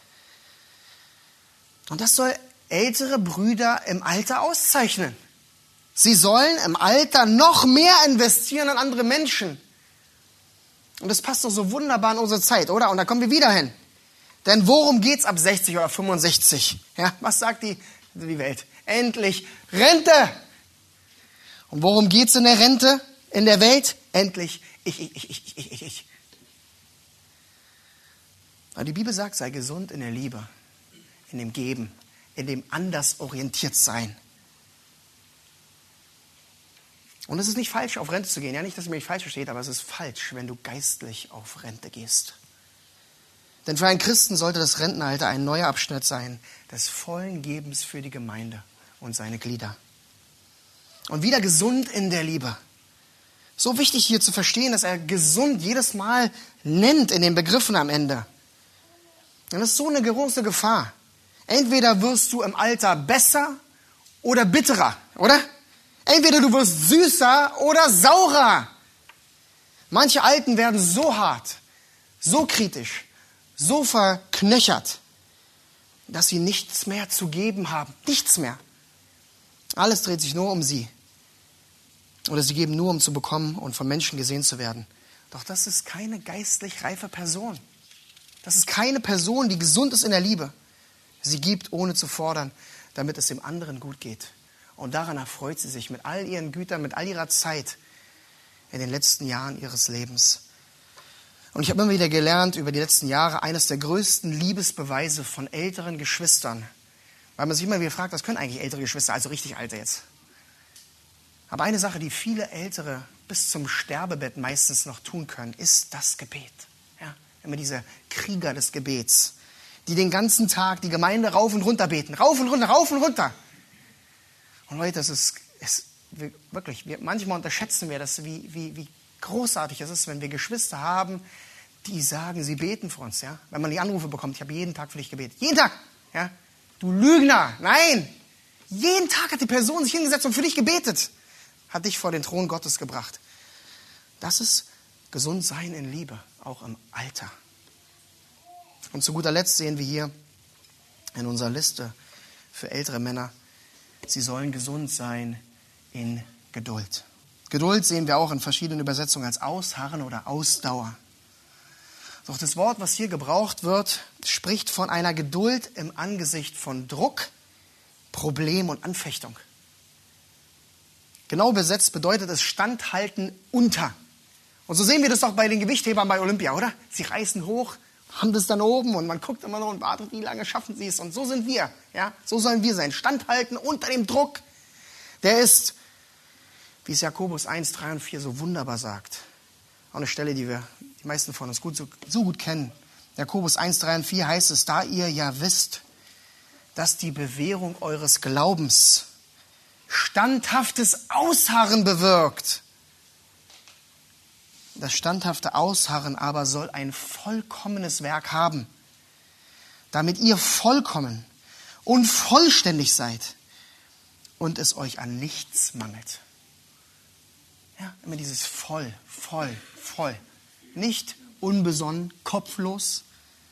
Und das soll ältere Brüder im Alter auszeichnen. Sie sollen im Alter noch mehr investieren an andere Menschen. Und das passt doch so wunderbar in unsere Zeit, oder? Und da kommen wir wieder hin. Denn worum geht's ab 60 oder 65? Ja, was sagt die Welt? Endlich Rente! Und worum geht's in der Rente, in der Welt? Endlich ich. Aber die Bibel sagt, sei gesund in der Liebe, in dem Geben, in dem anders orientiert sein. Und es ist nicht falsch, auf Rente zu gehen. Ja, nicht, dass ihr mich falsch versteht, aber es ist falsch, wenn du geistlich auf Rente gehst. Denn für einen Christen sollte das Rentenalter ein neuer Abschnitt sein, des vollen Gebens für die Gemeinde und seine Glieder. Und wieder gesund in der Liebe. So wichtig hier zu verstehen, dass er gesund jedes Mal nennt in den Begriffen am Ende. Und das ist so eine große Gefahr. Entweder wirst du im Alter besser oder bitterer, oder? Entweder du wirst süßer oder saurer. Manche Alten werden so hart, so kritisch, so verknöchert, dass sie nichts mehr zu geben haben. Nichts mehr. Alles dreht sich nur um sie. Oder sie geben nur, um zu bekommen und von Menschen gesehen zu werden. Doch das ist keine geistlich reife Person. Das ist keine Person, die gesund ist in der Liebe. Sie gibt, ohne zu fordern, damit es dem anderen gut geht. Und daran erfreut sie sich mit all ihren Gütern, mit all ihrer Zeit in den letzten Jahren ihres Lebens. Und ich habe immer wieder gelernt über die letzten Jahre, eines der größten Liebesbeweise von älteren Geschwistern, weil man sich immer wieder fragt, was können eigentlich ältere Geschwister, also richtig alte jetzt. Aber eine Sache, die viele Ältere bis zum Sterbebett meistens noch tun können, ist das Gebet. Ja, immer diese Krieger des Gebets, die den ganzen Tag die Gemeinde rauf und runter beten. Rauf und runter, rauf und runter. Und Leute, es ist wirklich, manchmal unterschätzen wir das, wie großartig es ist, wenn wir Geschwister haben, die sagen, sie beten für uns. Ja? Wenn man die Anrufe bekommt, ich habe jeden Tag für dich gebetet. Jeden Tag. Ja? Du Lügner. Nein. Jeden Tag hat die Person sich hingesetzt und für dich gebetet. Hat dich vor den Thron Gottes gebracht. Das ist gesund sein in Liebe, auch im Alter. Und zu guter Letzt sehen wir hier in unserer Liste für ältere Männer, sie sollen gesund sein in Geduld. Geduld sehen wir auch in verschiedenen Übersetzungen als Ausharren oder Ausdauer. Doch das Wort, was hier gebraucht wird, spricht von einer Geduld im Angesicht von Druck, Problem und Anfechtung. Genau übersetzt bedeutet es Standhalten unter. Und so sehen wir das auch bei den Gewichthebern bei Olympia, oder? Sie reißen hoch, haben das dann oben und man guckt immer noch und wartet, wie lange schaffen sie es. Und so sind wir. Ja? So sollen wir sein. Standhalten unter dem Druck. Der ist, wie es Jakobus 1, 3 und 4 so wunderbar sagt. Auch eine Stelle, die die meisten von uns so gut kennen. Jakobus 1, 3 und 4 heißt es, da ihr ja wisst, dass die Bewährung eures Glaubens standhaftes Ausharren bewirkt. Das standhafte Ausharren aber soll ein vollkommenes Werk haben, damit ihr vollkommen und vollständig seid und es euch an nichts mangelt. Ja, immer dieses voll. Nicht unbesonnen, kopflos,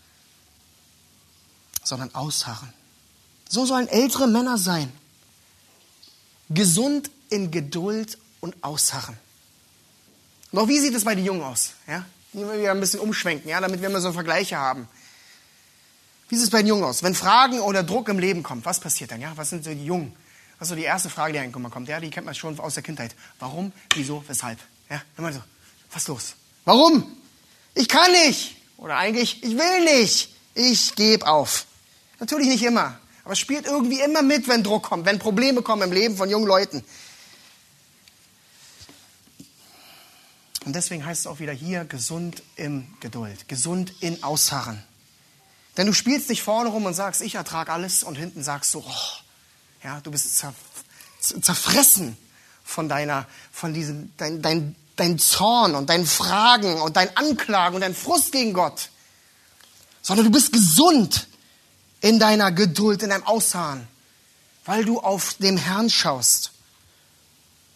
sondern ausharren. So sollen ältere Männer sein. Gesund in Geduld und Ausharren. Noch wie sieht es bei den Jungen aus? Ja? Die wir wieder ein bisschen umschwenken, ja, damit wir immer so Vergleiche haben. Wie sieht es bei den Jungen aus? Wenn Fragen oder Druck im Leben kommt, was passiert dann? Ja? Was sind so die Jungen? Was ist so die erste Frage, die eigentlich kommt? Ja, die kennt man schon aus der Kindheit. Warum, wieso, weshalb? Ja? Immer so, was ist los? Warum? Ich kann nicht. Oder eigentlich, ich will nicht. Ich gebe auf. Natürlich nicht immer. Aber es spielt irgendwie immer mit, wenn Druck kommt, wenn Probleme kommen im Leben von jungen Leuten. Und deswegen heißt es auch wieder hier, gesund in Geduld, gesund in Ausharren. Denn du spielst nicht vorne rum und sagst, ich ertrage alles und hinten sagst du, oh, ja, du bist zerfressen von deinem Zorn und deinen Fragen und deinen Anklagen und deinen Frust gegen Gott. Sondern du bist gesund in deiner Geduld, in deinem Ausharren, weil du auf den Herrn schaust.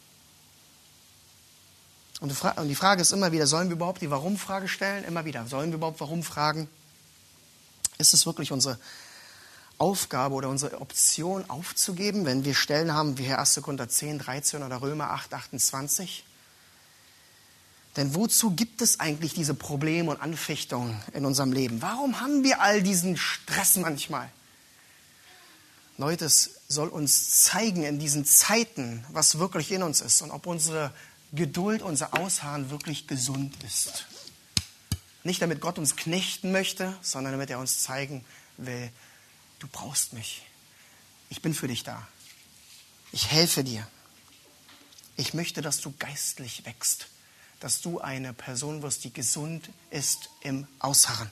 Und die Frage ist immer wieder, sollen wir überhaupt die Warum-Frage stellen? Immer wieder, sollen wir überhaupt Warum fragen? Ist es wirklich unsere Aufgabe oder unsere Option aufzugeben, wenn wir Stellen haben wie 1. Korinther 10, 13 oder Römer 8, 28? Denn wozu gibt es eigentlich diese Probleme und Anfechtungen in unserem Leben? Warum haben wir all diesen Stress manchmal? Leute, es soll uns zeigen in diesen Zeiten, was wirklich in uns ist und ob unsere Geduld, unser Ausharren wirklich gesund ist. Nicht damit Gott uns knechten möchte, sondern damit er uns zeigen will, du brauchst mich. Ich bin für dich da. Ich helfe dir. Ich möchte, dass du geistlich wächst. Dass du eine Person wirst, die gesund ist im Ausharren.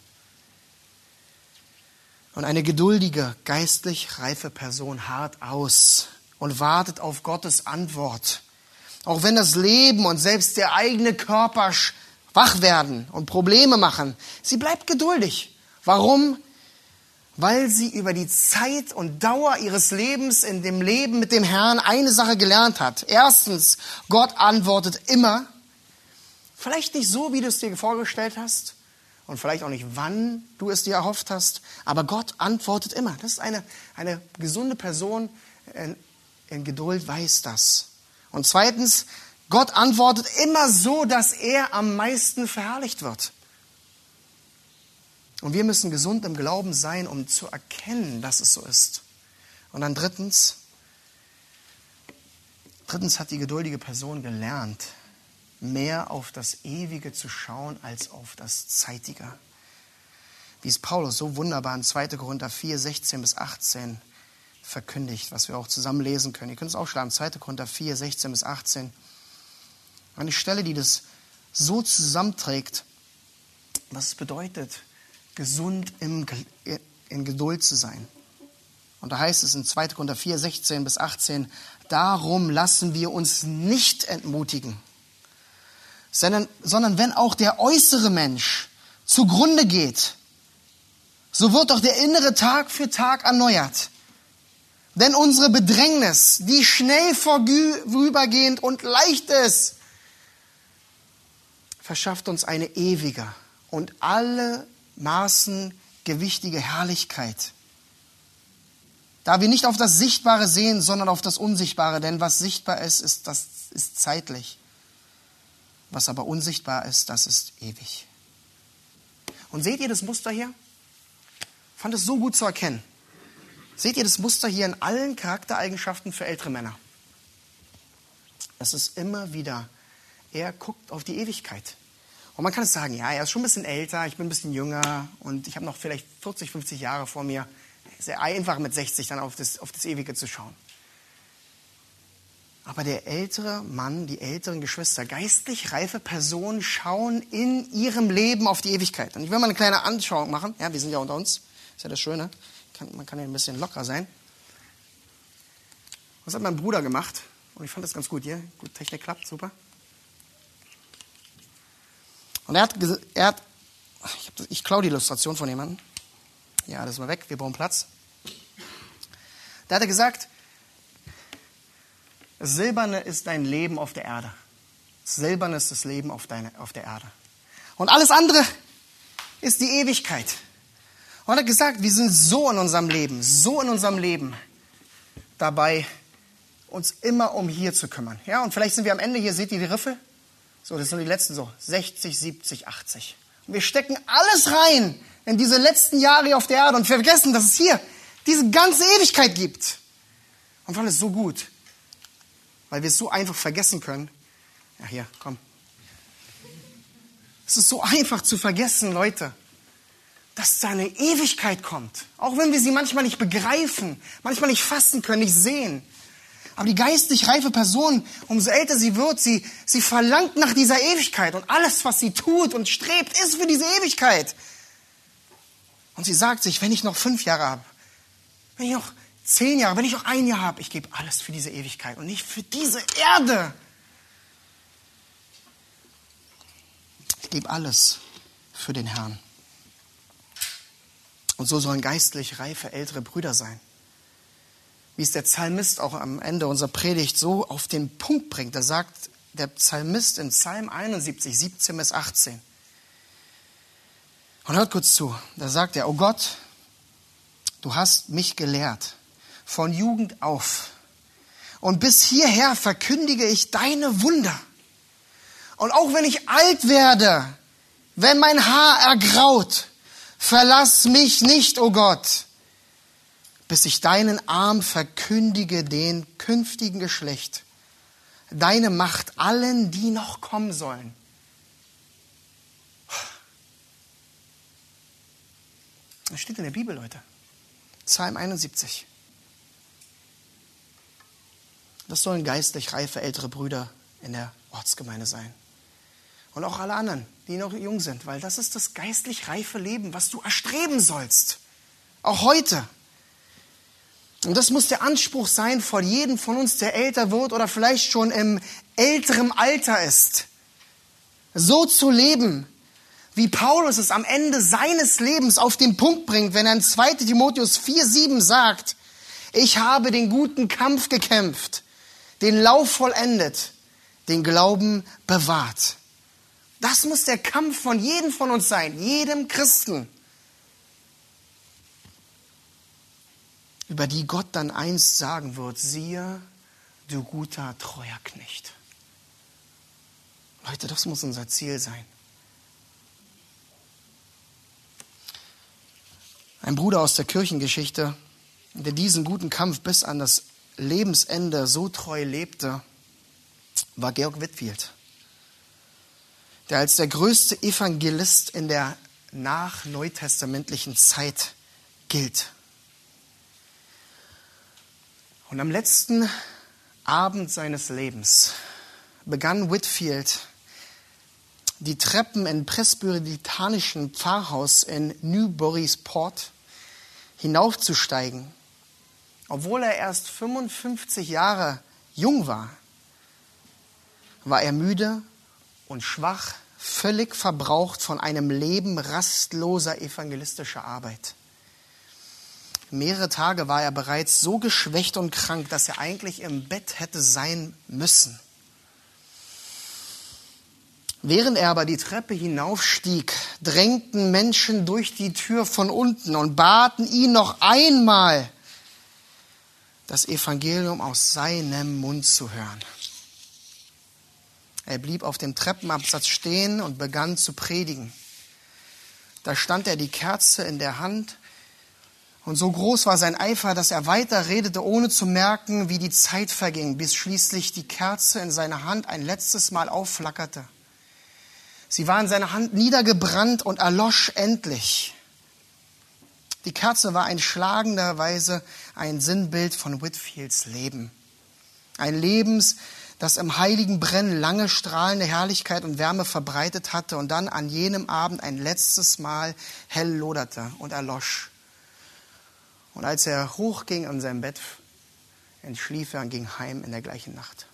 Und eine geduldige, geistlich reife Person harrt aus und wartet auf Gottes Antwort. Auch wenn das Leben und selbst der eigene Körper wach werden und Probleme machen, sie bleibt geduldig. Warum? Weil sie über die Zeit und Dauer ihres Lebens in dem Leben mit dem Herrn eine Sache gelernt hat. Erstens, Gott antwortet immer. Vielleicht nicht so, wie du es dir vorgestellt hast und vielleicht auch nicht, wann du es dir erhofft hast, aber Gott antwortet immer. Das ist eine gesunde Person in Geduld weiß das. Und zweitens, Gott antwortet immer so, dass er am meisten verherrlicht wird. Und wir müssen gesund im Glauben sein, um zu erkennen, dass es so ist. Und dann drittens hat die geduldige Person gelernt, mehr auf das Ewige zu schauen als auf das Zeitige. Wie es Paulus so wunderbar in 2. Korinther 4, 16 bis 18 verkündigt, was wir auch zusammen lesen können. Ihr könnt es aufschlagen, 2. Korinther 4, 16 bis 18. Eine Stelle, die das so zusammenträgt, was es bedeutet, gesund in Geduld zu sein. Und da heißt es in 2. Korinther 4, 16 bis 18, darum lassen wir uns nicht entmutigen, sondern wenn auch der äußere Mensch zugrunde geht, so wird doch der innere Tag für Tag erneuert. Denn unsere Bedrängnis, die schnell vorübergehend und leicht ist, verschafft uns eine ewige und alle Maßen gewichtige Herrlichkeit. Da wir nicht auf das Sichtbare sehen, sondern auf das Unsichtbare. Denn was sichtbar ist, das ist zeitlich. Was aber unsichtbar ist, das ist ewig. Und seht ihr das Muster hier? Ich fand es so gut zu erkennen. Seht ihr das Muster hier in allen Charaktereigenschaften für ältere Männer? Es ist immer wieder, er guckt auf die Ewigkeit. Und man kann es sagen, ja, er ist schon ein bisschen älter, ich bin ein bisschen jünger und ich habe noch vielleicht 40, 50 Jahre vor mir. Es ist einfach mit 60 dann auf das Ewige zu schauen. Aber der ältere Mann, die älteren Geschwister, geistlich reife Personen schauen in ihrem Leben auf die Ewigkeit. Und ich will mal eine kleine Anschauung machen. Ja, wir sind ja unter uns. Ist ja das Schöne. Man kann ja ein bisschen lockerer sein. Das hat mein Bruder gemacht. Und ich fand das ganz gut hier. Gut, Technik klappt, super. Und ich klaue die Illustration von jemandem. Ja, das ist mal weg, wir brauchen Platz. Da hat er gesagt, das Silberne ist dein Leben auf der Erde. Das Silberne ist das Leben auf der Erde. Und alles andere ist die Ewigkeit. Und er hat gesagt, wir sind so in unserem Leben dabei, uns immer um hier zu kümmern. Ja, und vielleicht sind wir am Ende, hier seht ihr die Riffel. So, das sind die letzten 60, 70, 80. Und wir stecken alles rein in diese letzten Jahre hier auf der Erde und vergessen, dass es hier diese ganze Ewigkeit gibt. Und fand es so gut, weil wir es so einfach vergessen können. Ja, hier, komm. Es ist so einfach zu vergessen, Leute, dass da eine Ewigkeit kommt. Auch wenn wir sie manchmal nicht begreifen, manchmal nicht fassen können, nicht sehen. Aber die geistlich reife Person, umso älter sie wird, sie verlangt nach dieser Ewigkeit. Und alles, was sie tut und strebt, ist für diese Ewigkeit. Und sie sagt sich, wenn ich noch 5 Jahre habe, wenn ich noch 10 Jahre, wenn ich noch 1 Jahr habe, ich gebe alles für diese Ewigkeit und nicht für diese Erde. Ich gebe alles für den Herrn. Und so sollen geistlich reife ältere Brüder sein. Wie es der Psalmist auch am Ende unserer Predigt so auf den Punkt bringt. Er sagt der Psalmist in Psalm 71, 17 bis 18. Und hört kurz zu, da sagt er, oh Gott, du hast mich gelehrt, von Jugend auf. Und bis hierher verkündige ich deine Wunder. Und auch wenn ich alt werde, wenn mein Haar ergraut, verlass mich nicht, o Gott, bis ich deinen Arm verkündige den künftigen Geschlecht, deine Macht allen, die noch kommen sollen. Das steht in der Bibel, Leute. Psalm 71. Das sollen geistlich reife ältere Brüder in der Ortsgemeinde sein. Und auch alle anderen, die noch jung sind, weil das ist das geistlich reife Leben, was du erstreben sollst. Auch heute. Und das muss der Anspruch sein von jedem von uns, der älter wird oder vielleicht schon im älteren Alter ist. So zu leben, wie Paulus es am Ende seines Lebens auf den Punkt bringt, wenn er in 2. Timotheus 4,7 sagt, ich habe den guten Kampf gekämpft, den Lauf vollendet, den Glauben bewahrt. Das muss der Kampf von jedem von uns sein, jedem Christen, über die Gott dann einst sagen wird, siehe, du guter, treuer Knecht. Leute, das muss unser Ziel sein. Ein Bruder aus der Kirchengeschichte, der diesen guten Kampf bis an das Lebensende so treu lebte, war Georg Whitefield, der als der größte Evangelist in der nachneutestamentlichen Zeit gilt. Und am letzten Abend seines Lebens begann Whitefield, die Treppen im presbyterianischen Pfarrhaus in Newburyport hinaufzusteigen, obwohl er erst 55 Jahre jung war, war er müde und schwach, völlig verbraucht von einem Leben rastloser evangelistischer Arbeit. Mehrere Tage war er bereits so geschwächt und krank, dass er eigentlich im Bett hätte sein müssen. Während er aber die Treppe hinaufstieg, drängten Menschen durch die Tür von unten und baten ihn noch einmal, das Evangelium aus seinem Mund zu hören. Er blieb auf dem Treppenabsatz stehen und begann zu predigen. Da stand er die Kerze in der Hand und so groß war sein Eifer, dass er weiter redete, ohne zu merken, wie die Zeit verging, bis schließlich die Kerze in seiner Hand ein letztes Mal aufflackerte. Sie war in seiner Hand niedergebrannt und erlosch endlich. Die Kerze war in schlagender Weise ein Sinnbild von Whitefields Leben. Ein Leben, das im heiligen Brennen lange strahlende Herrlichkeit und Wärme verbreitet hatte und dann an jenem Abend ein letztes Mal hell loderte und erlosch. Und als er hochging an seinem Bett, entschlief er und ging heim in der gleichen Nacht.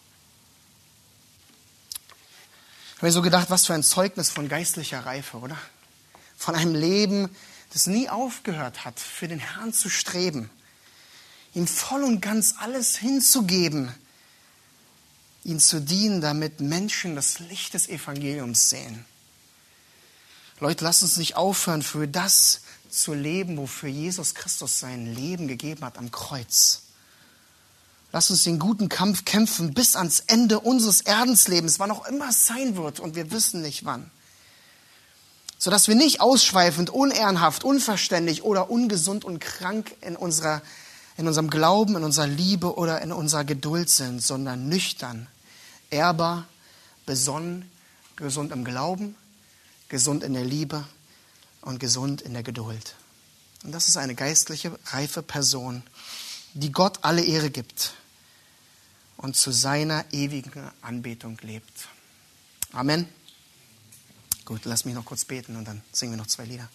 Ich habe mir so gedacht, was für ein Zeugnis von geistlicher Reife, oder? Von einem Leben, das nie aufgehört hat, für den Herrn zu streben, ihm voll und ganz alles hinzugeben, ihm zu dienen, damit Menschen das Licht des Evangeliums sehen. Leute, lasst uns nicht aufhören, für das zu leben, wofür Jesus Christus sein Leben gegeben hat am Kreuz. Lasst uns den guten Kampf kämpfen bis ans Ende unseres Erdenslebens, wann auch immer es sein wird und wir wissen nicht wann. Sodass wir nicht ausschweifend, unehrenhaft, unverständlich oder ungesund und krank in unserem Glauben, in unserer Liebe oder in unserer Geduld sind, sondern nüchtern, ehrbar, besonnen, gesund im Glauben, gesund in der Liebe und gesund in der Geduld. Und das ist eine geistliche, reife Person, die Gott alle Ehre gibt und zu seiner ewigen Anbetung lebt. Amen. Gut, lass mich noch kurz beten und dann singen wir noch 2 Lieder.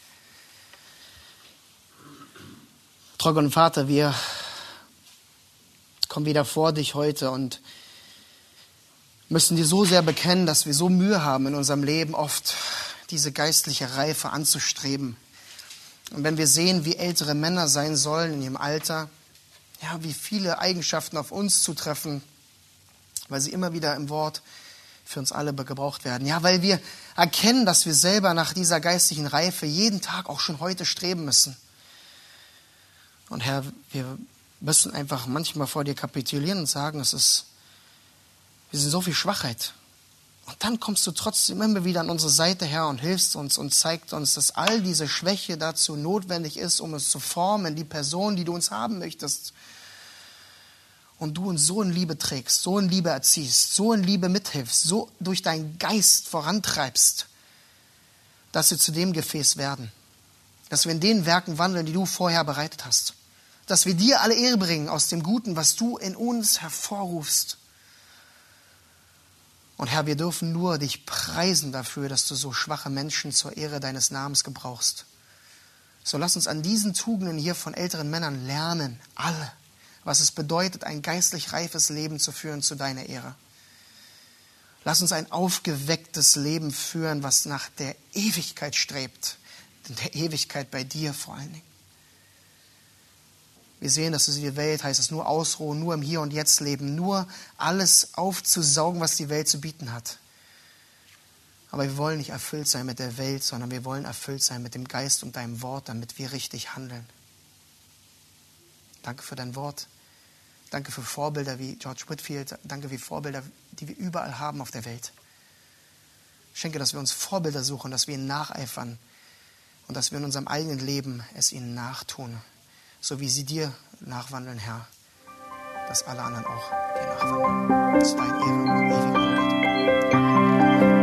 Treuer Gott und Vater, wir kommen wieder vor dich heute und müssen dir so sehr bekennen, dass wir so Mühe haben in unserem Leben, oft diese geistliche Reife anzustreben. Und wenn wir sehen, wie ältere Männer sein sollen in ihrem Alter, ja, wie viele Eigenschaften auf uns zutreffen, weil sie immer wieder im Wort für uns alle gebraucht werden. Ja, weil wir erkennen, dass wir selber nach dieser geistlichen Reife jeden Tag auch schon heute streben müssen. Und Herr, wir müssen einfach manchmal vor dir kapitulieren und sagen, wir sind so viel Schwachheit. Und dann kommst du trotzdem immer wieder an unsere Seite, Herr, und hilfst uns und zeigt uns, dass all diese Schwäche dazu notwendig ist, um uns zu formen, die Person, die du uns haben möchtest. Und du uns so in Liebe trägst, so in Liebe erziehst, so in Liebe mithilfst, so durch deinen Geist vorantreibst, dass wir zu dem Gefäß werden. Dass wir in den Werken wandeln, die du vorher bereitet hast. Dass wir dir alle Ehre bringen aus dem Guten, was du in uns hervorrufst. Und Herr, wir dürfen nur dich preisen dafür, dass du so schwache Menschen zur Ehre deines Namens gebrauchst. So lass uns an diesen Tugenden hier von älteren Männern lernen, alle, was es bedeutet, ein geistlich reifes Leben zu führen zu deiner Ehre. Lass uns ein aufgewecktes Leben führen, was nach der Ewigkeit strebt, in der Ewigkeit bei dir vor allen Dingen. Wir sehen, dass die Welt heißt es nur ausruhen, nur im Hier und Jetzt leben, nur alles aufzusaugen, was die Welt zu bieten hat. Aber wir wollen nicht erfüllt sein mit der Welt, sondern wir wollen erfüllt sein mit dem Geist und deinem Wort, damit wir richtig handeln. Danke für dein Wort. Danke für Vorbilder wie George Whitefield. Danke für Vorbilder, die wir überall haben auf der Welt. Schenke, dass wir uns Vorbilder suchen, dass wir ihnen nacheifern und dass wir in unserem eigenen Leben es ihnen nachtun. So wie sie dir nachwandeln, Herr, dass alle anderen auch dir nachwandeln. Das ist deine Ehre und ewige Anbetung.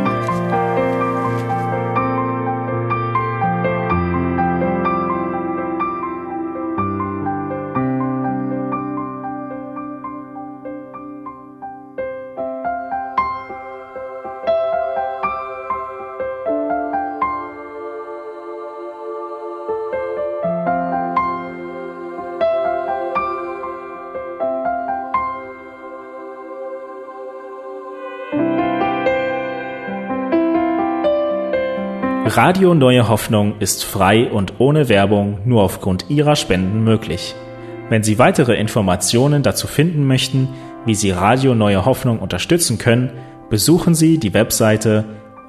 Radio Neue Hoffnung ist frei und ohne Werbung nur aufgrund Ihrer Spenden möglich. Wenn Sie weitere Informationen dazu finden möchten, wie Sie Radio Neue Hoffnung unterstützen können, besuchen Sie die Webseite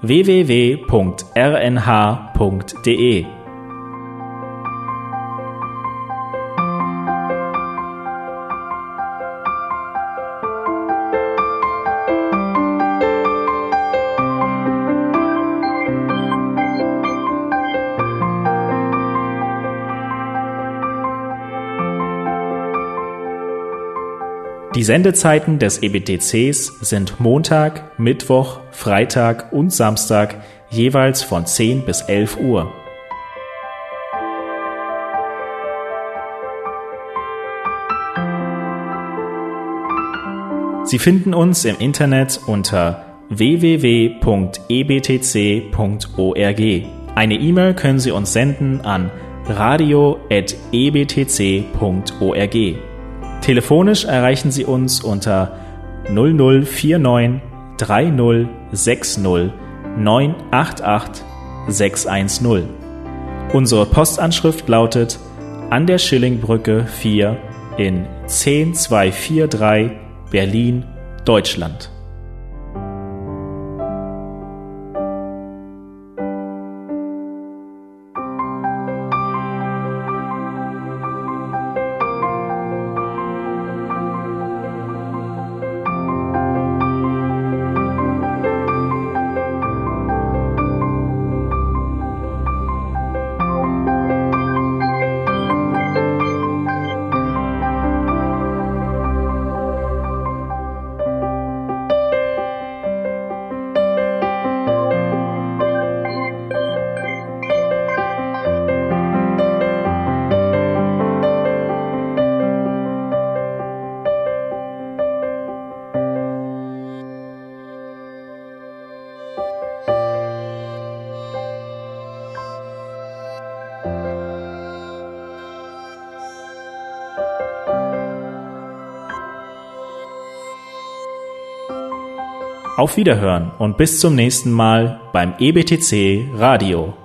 www.rnh.de. Die Sendezeiten des EBTCs sind Montag, Mittwoch, Freitag und Samstag jeweils von 10 bis 11 Uhr. Sie finden uns im Internet unter www.ebtc.org. Eine E-Mail können Sie uns senden an radio@ebtc.org. Telefonisch erreichen Sie uns unter 0049 3060 988 610. Unsere Postanschrift lautet an der Schillingbrücke 4 in 10243 Berlin, Deutschland. Auf Wiederhören und bis zum nächsten Mal beim EBTC Radio.